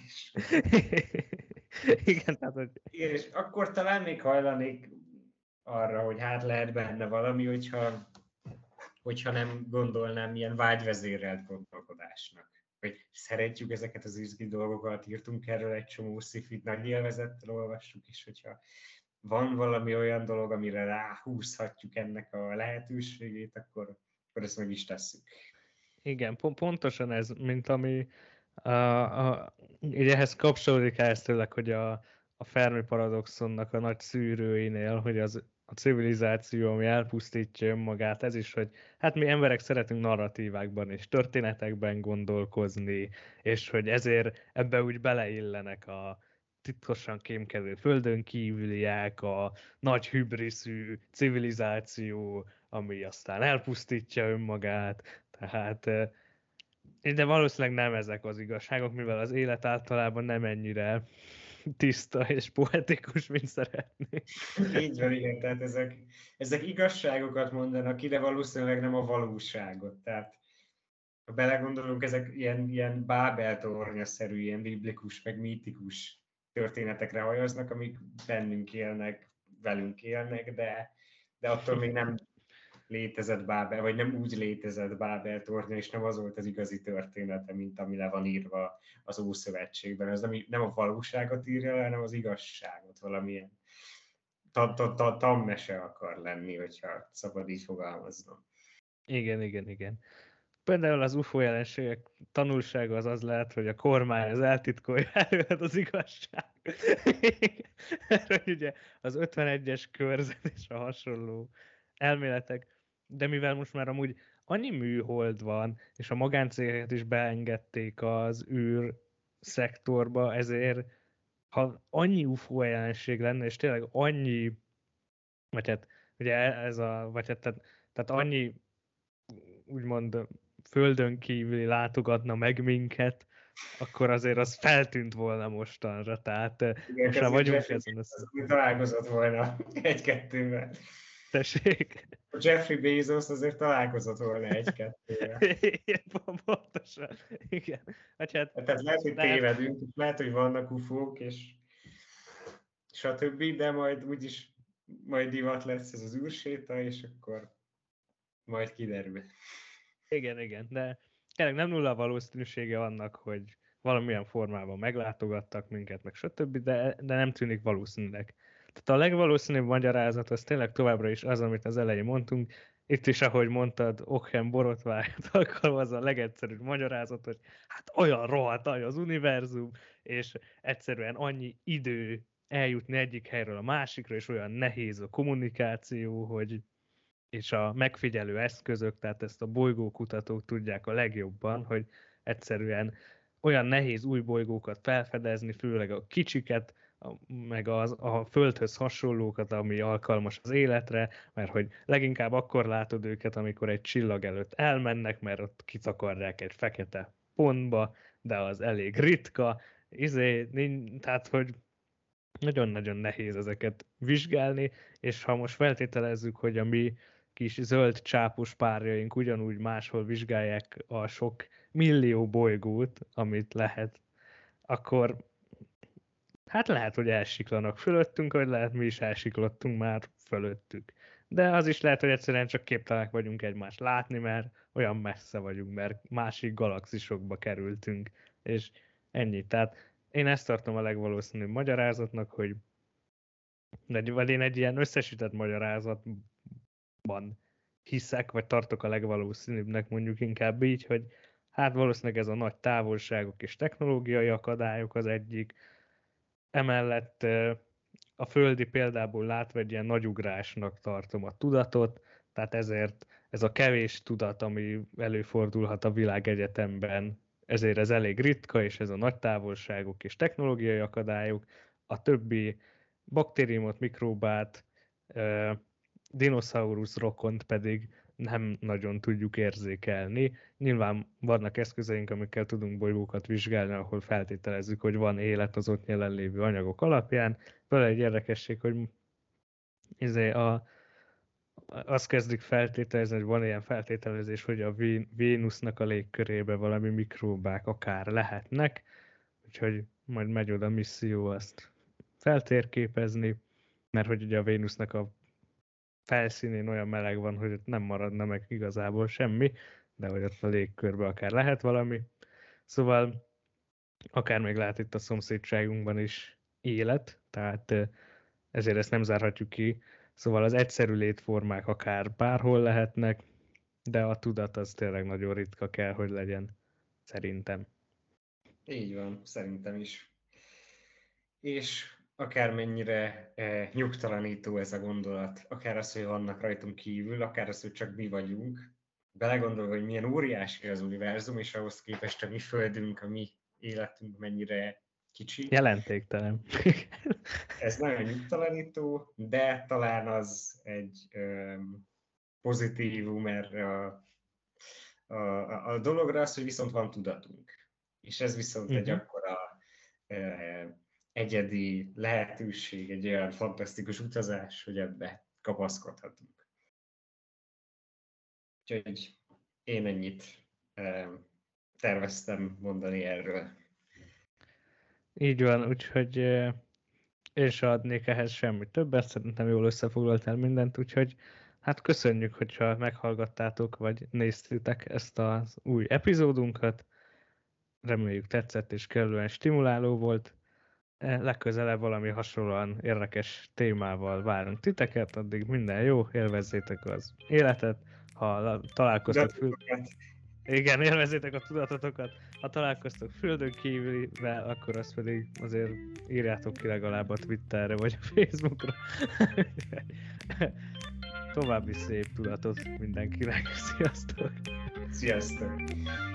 Igen, tehát hogy... Igen, és akkor talán még hajlanék arra, hogy hát lehet benne valami, hogyha nem gondolnám ilyen vágyvezérelt gondolkodásnak. Hogy szeretjük ezeket az izgi dolgokat, írtunk erről egy csomó szifit, nagy élvezettel olvassuk, és hogyha van valami olyan dolog, amire ráhúzhatjuk ennek a lehetőségét, akkor ezt meg is tesszük. Igen, pontosan ez, mint ami így ehhez kapcsolódik ehhez tényleg, hogy a Fermi paradoxonnak a nagy szűrőinél, hogy a civilizáció, ami elpusztítja önmagát, ez is, hogy hát mi emberek szeretünk narratívákban és történetekben gondolkozni, és hogy ezért ebbe úgy beleillenek a titkosan kémkedő földön kívüliek, a nagy hübriszű civilizáció, ami aztán elpusztítja önmagát, tehát de valószínűleg nem ezek az igazságok, mivel az élet általában nem ennyire tiszta és poetikus, mint szeretnék. Így van, igen, tehát ezek igazságokat mondanak ki, de valószínűleg nem a valóságot. Tehát ha belegondolunk, ezek ilyen Bábel-tornya-szerű, ilyen biblikus, meg mítikus történetekre hajaznak, amik bennünk élnek, velünk élnek, de attól még nem létezett Bábel, vagy nem úgy létezett Bábel tornya, és nem az volt az igazi története, mint ami le van írva az Ószövetségben. Ez nem a valóságot írja le, hanem az igazságot, valamilyen tanmese akar lenni, hogyha szabad így fogalmaznom. Igen. Például az UFO jelenségek tanulsága az lehet, hogy a kormány az eltitkolja előtt az igazság. Erről ugye az 51-es körzet és a hasonló elméletek, de mivel most már amúgy annyi műhold van, és a magáncégeket is beengedték az űr szektorba, ezért ha annyi UFO jelenség lenne, és tényleg annyi, vagy hát ugye ez a, vagy hát tehát annyi úgymond földön kívüli látogatna meg minket, akkor azért az feltűnt volna mostanra, tehát Igen, most már azért vagyunk Jeffrey ezen. az találkozott volna egy-kettővel. Tessék? A Jeffrey Bezos azért találkozott volna egy-kettővel. Igen, pontosan. Igen. Hát, Tehát lehet, hogy tévedünk, lehet, hogy vannak ufók, és stb., de majd úgyis majd divat lesz ez az űrséta, és akkor majd kiderül. Igen, de tényleg nem nulla valószínűsége annak, hogy valamilyen formában meglátogattak minket, meg stb., de nem tűnik valószínűleg. Tehát a legvalószínűbb magyarázat az tényleg továbbra is az, amit az elején mondtunk. Itt is, ahogy mondtad, Occam borotváját alkalmazza a legegyszerűbb magyarázat, hogy hát olyan rohadt nagy az univerzum, és egyszerűen annyi idő eljutni egyik helyről a másikra, és olyan nehéz a kommunikáció, hogy és a megfigyelő eszközök, tehát ezt a bolygókutatók tudják a legjobban, hogy egyszerűen olyan nehéz új bolygókat felfedezni, főleg a kicsiket, meg a Földhöz hasonlókat, ami alkalmas az életre, mert hogy leginkább akkor látod őket, amikor egy csillag előtt elmennek, mert ott kitakarják egy fekete pontba, de az elég ritka, tehát hogy nagyon-nagyon nehéz ezeket vizsgálni, és ha most feltételezzük, hogy a mi kis zöld csápos párjaink ugyanúgy máshol vizsgálják a sok millió bolygót, amit lehet, akkor hát lehet, hogy elsiklanak fölöttünk, vagy lehet mi is elsiklottunk már fölöttük. De az is lehet, hogy egyszerűen csak képtelenek vagyunk egymást látni, mert olyan messze vagyunk, mert másik galaxisokba kerültünk, és ennyi. Tehát én ezt tartom a legvalószínűbb magyarázatnak, hogy vagy én egy ilyen összesített magyarázatban hiszek, vagy tartok a legvalószínűbbnek, mondjuk inkább így, hogy hát valószínűleg ez a nagy távolságok és technológiai akadályok az egyik. Emellett a földi példából látva egy ilyen nagy ugrásnak tartom a tudatot, tehát ezért ez a kevés tudat, ami előfordulhat a világegyetemben, ezért ez elég ritka, és ez a nagy távolságok és technológiai akadályok, a többi baktériumot, mikróbát, dinoszaurusz rokont pedig nem nagyon tudjuk érzékelni. Nyilván vannak eszközeink, amikkel tudunk bolygókat vizsgálni, ahol feltételezzük, hogy van élet az ott jelenlévő anyagok alapján. Vele egy érdekesség, hogy azt kezdik feltételezni, hogy van ilyen feltételezés, hogy a Vénusznak a légkörébe valami mikróbák akár lehetnek, úgyhogy majd megy oda misszió azt feltérképezni, mert hogy ugye a Vénusznak a felszínén olyan meleg van, hogy ott nem maradna meg igazából semmi, de hogy ott a légkörben akár lehet valami. Szóval akár még lehet itt a szomszédságunkban is élet, tehát ezért ezt nem zárhatjuk ki. Szóval az egyszerű létformák akár bárhol lehetnek, de a tudat az tényleg nagyon ritka kell, hogy legyen, szerintem. Így van, szerintem is. És akármennyire nyugtalanító ez a gondolat, akár az, hogy vannak rajtunk kívül, akár az, hogy csak mi vagyunk, belegondolva, hogy milyen óriási az univerzum, és ahhoz képest a mi földünk, a mi életünk mennyire kicsi. Jelentéktelen. Ez nagyon nyugtalanító, de talán az egy pozitívum erre a dologra az, hogy viszont van tudatunk. És ez viszont egy akkora egyedi lehetőség, egy olyan fantasztikus utazás, hogy ebbe kapaszkodhatunk. Úgyhogy én ennyit terveztem mondani erről. Így van, úgyhogy én se adnék ehhez semmi többet, szerintem jól összefoglaltál mindent, úgyhogy hát köszönjük, hogyha meghallgattátok, vagy néztétek ezt az új epizódunkat. Reméljük tetszett és kellően stimuláló volt. Legközelebb valami hasonlóan érdekes témával várunk titeket, addig minden jó, élvezzétek az életet, ha találkoztok igen, élvezzétek a tudatotokat, ha találkoztok földön kívülivel, akkor azt pedig azért írjátok ki legalább a Twitterre vagy a Facebookra. További szép tudatot mindenkinek. Sziasztok! Sziasztok!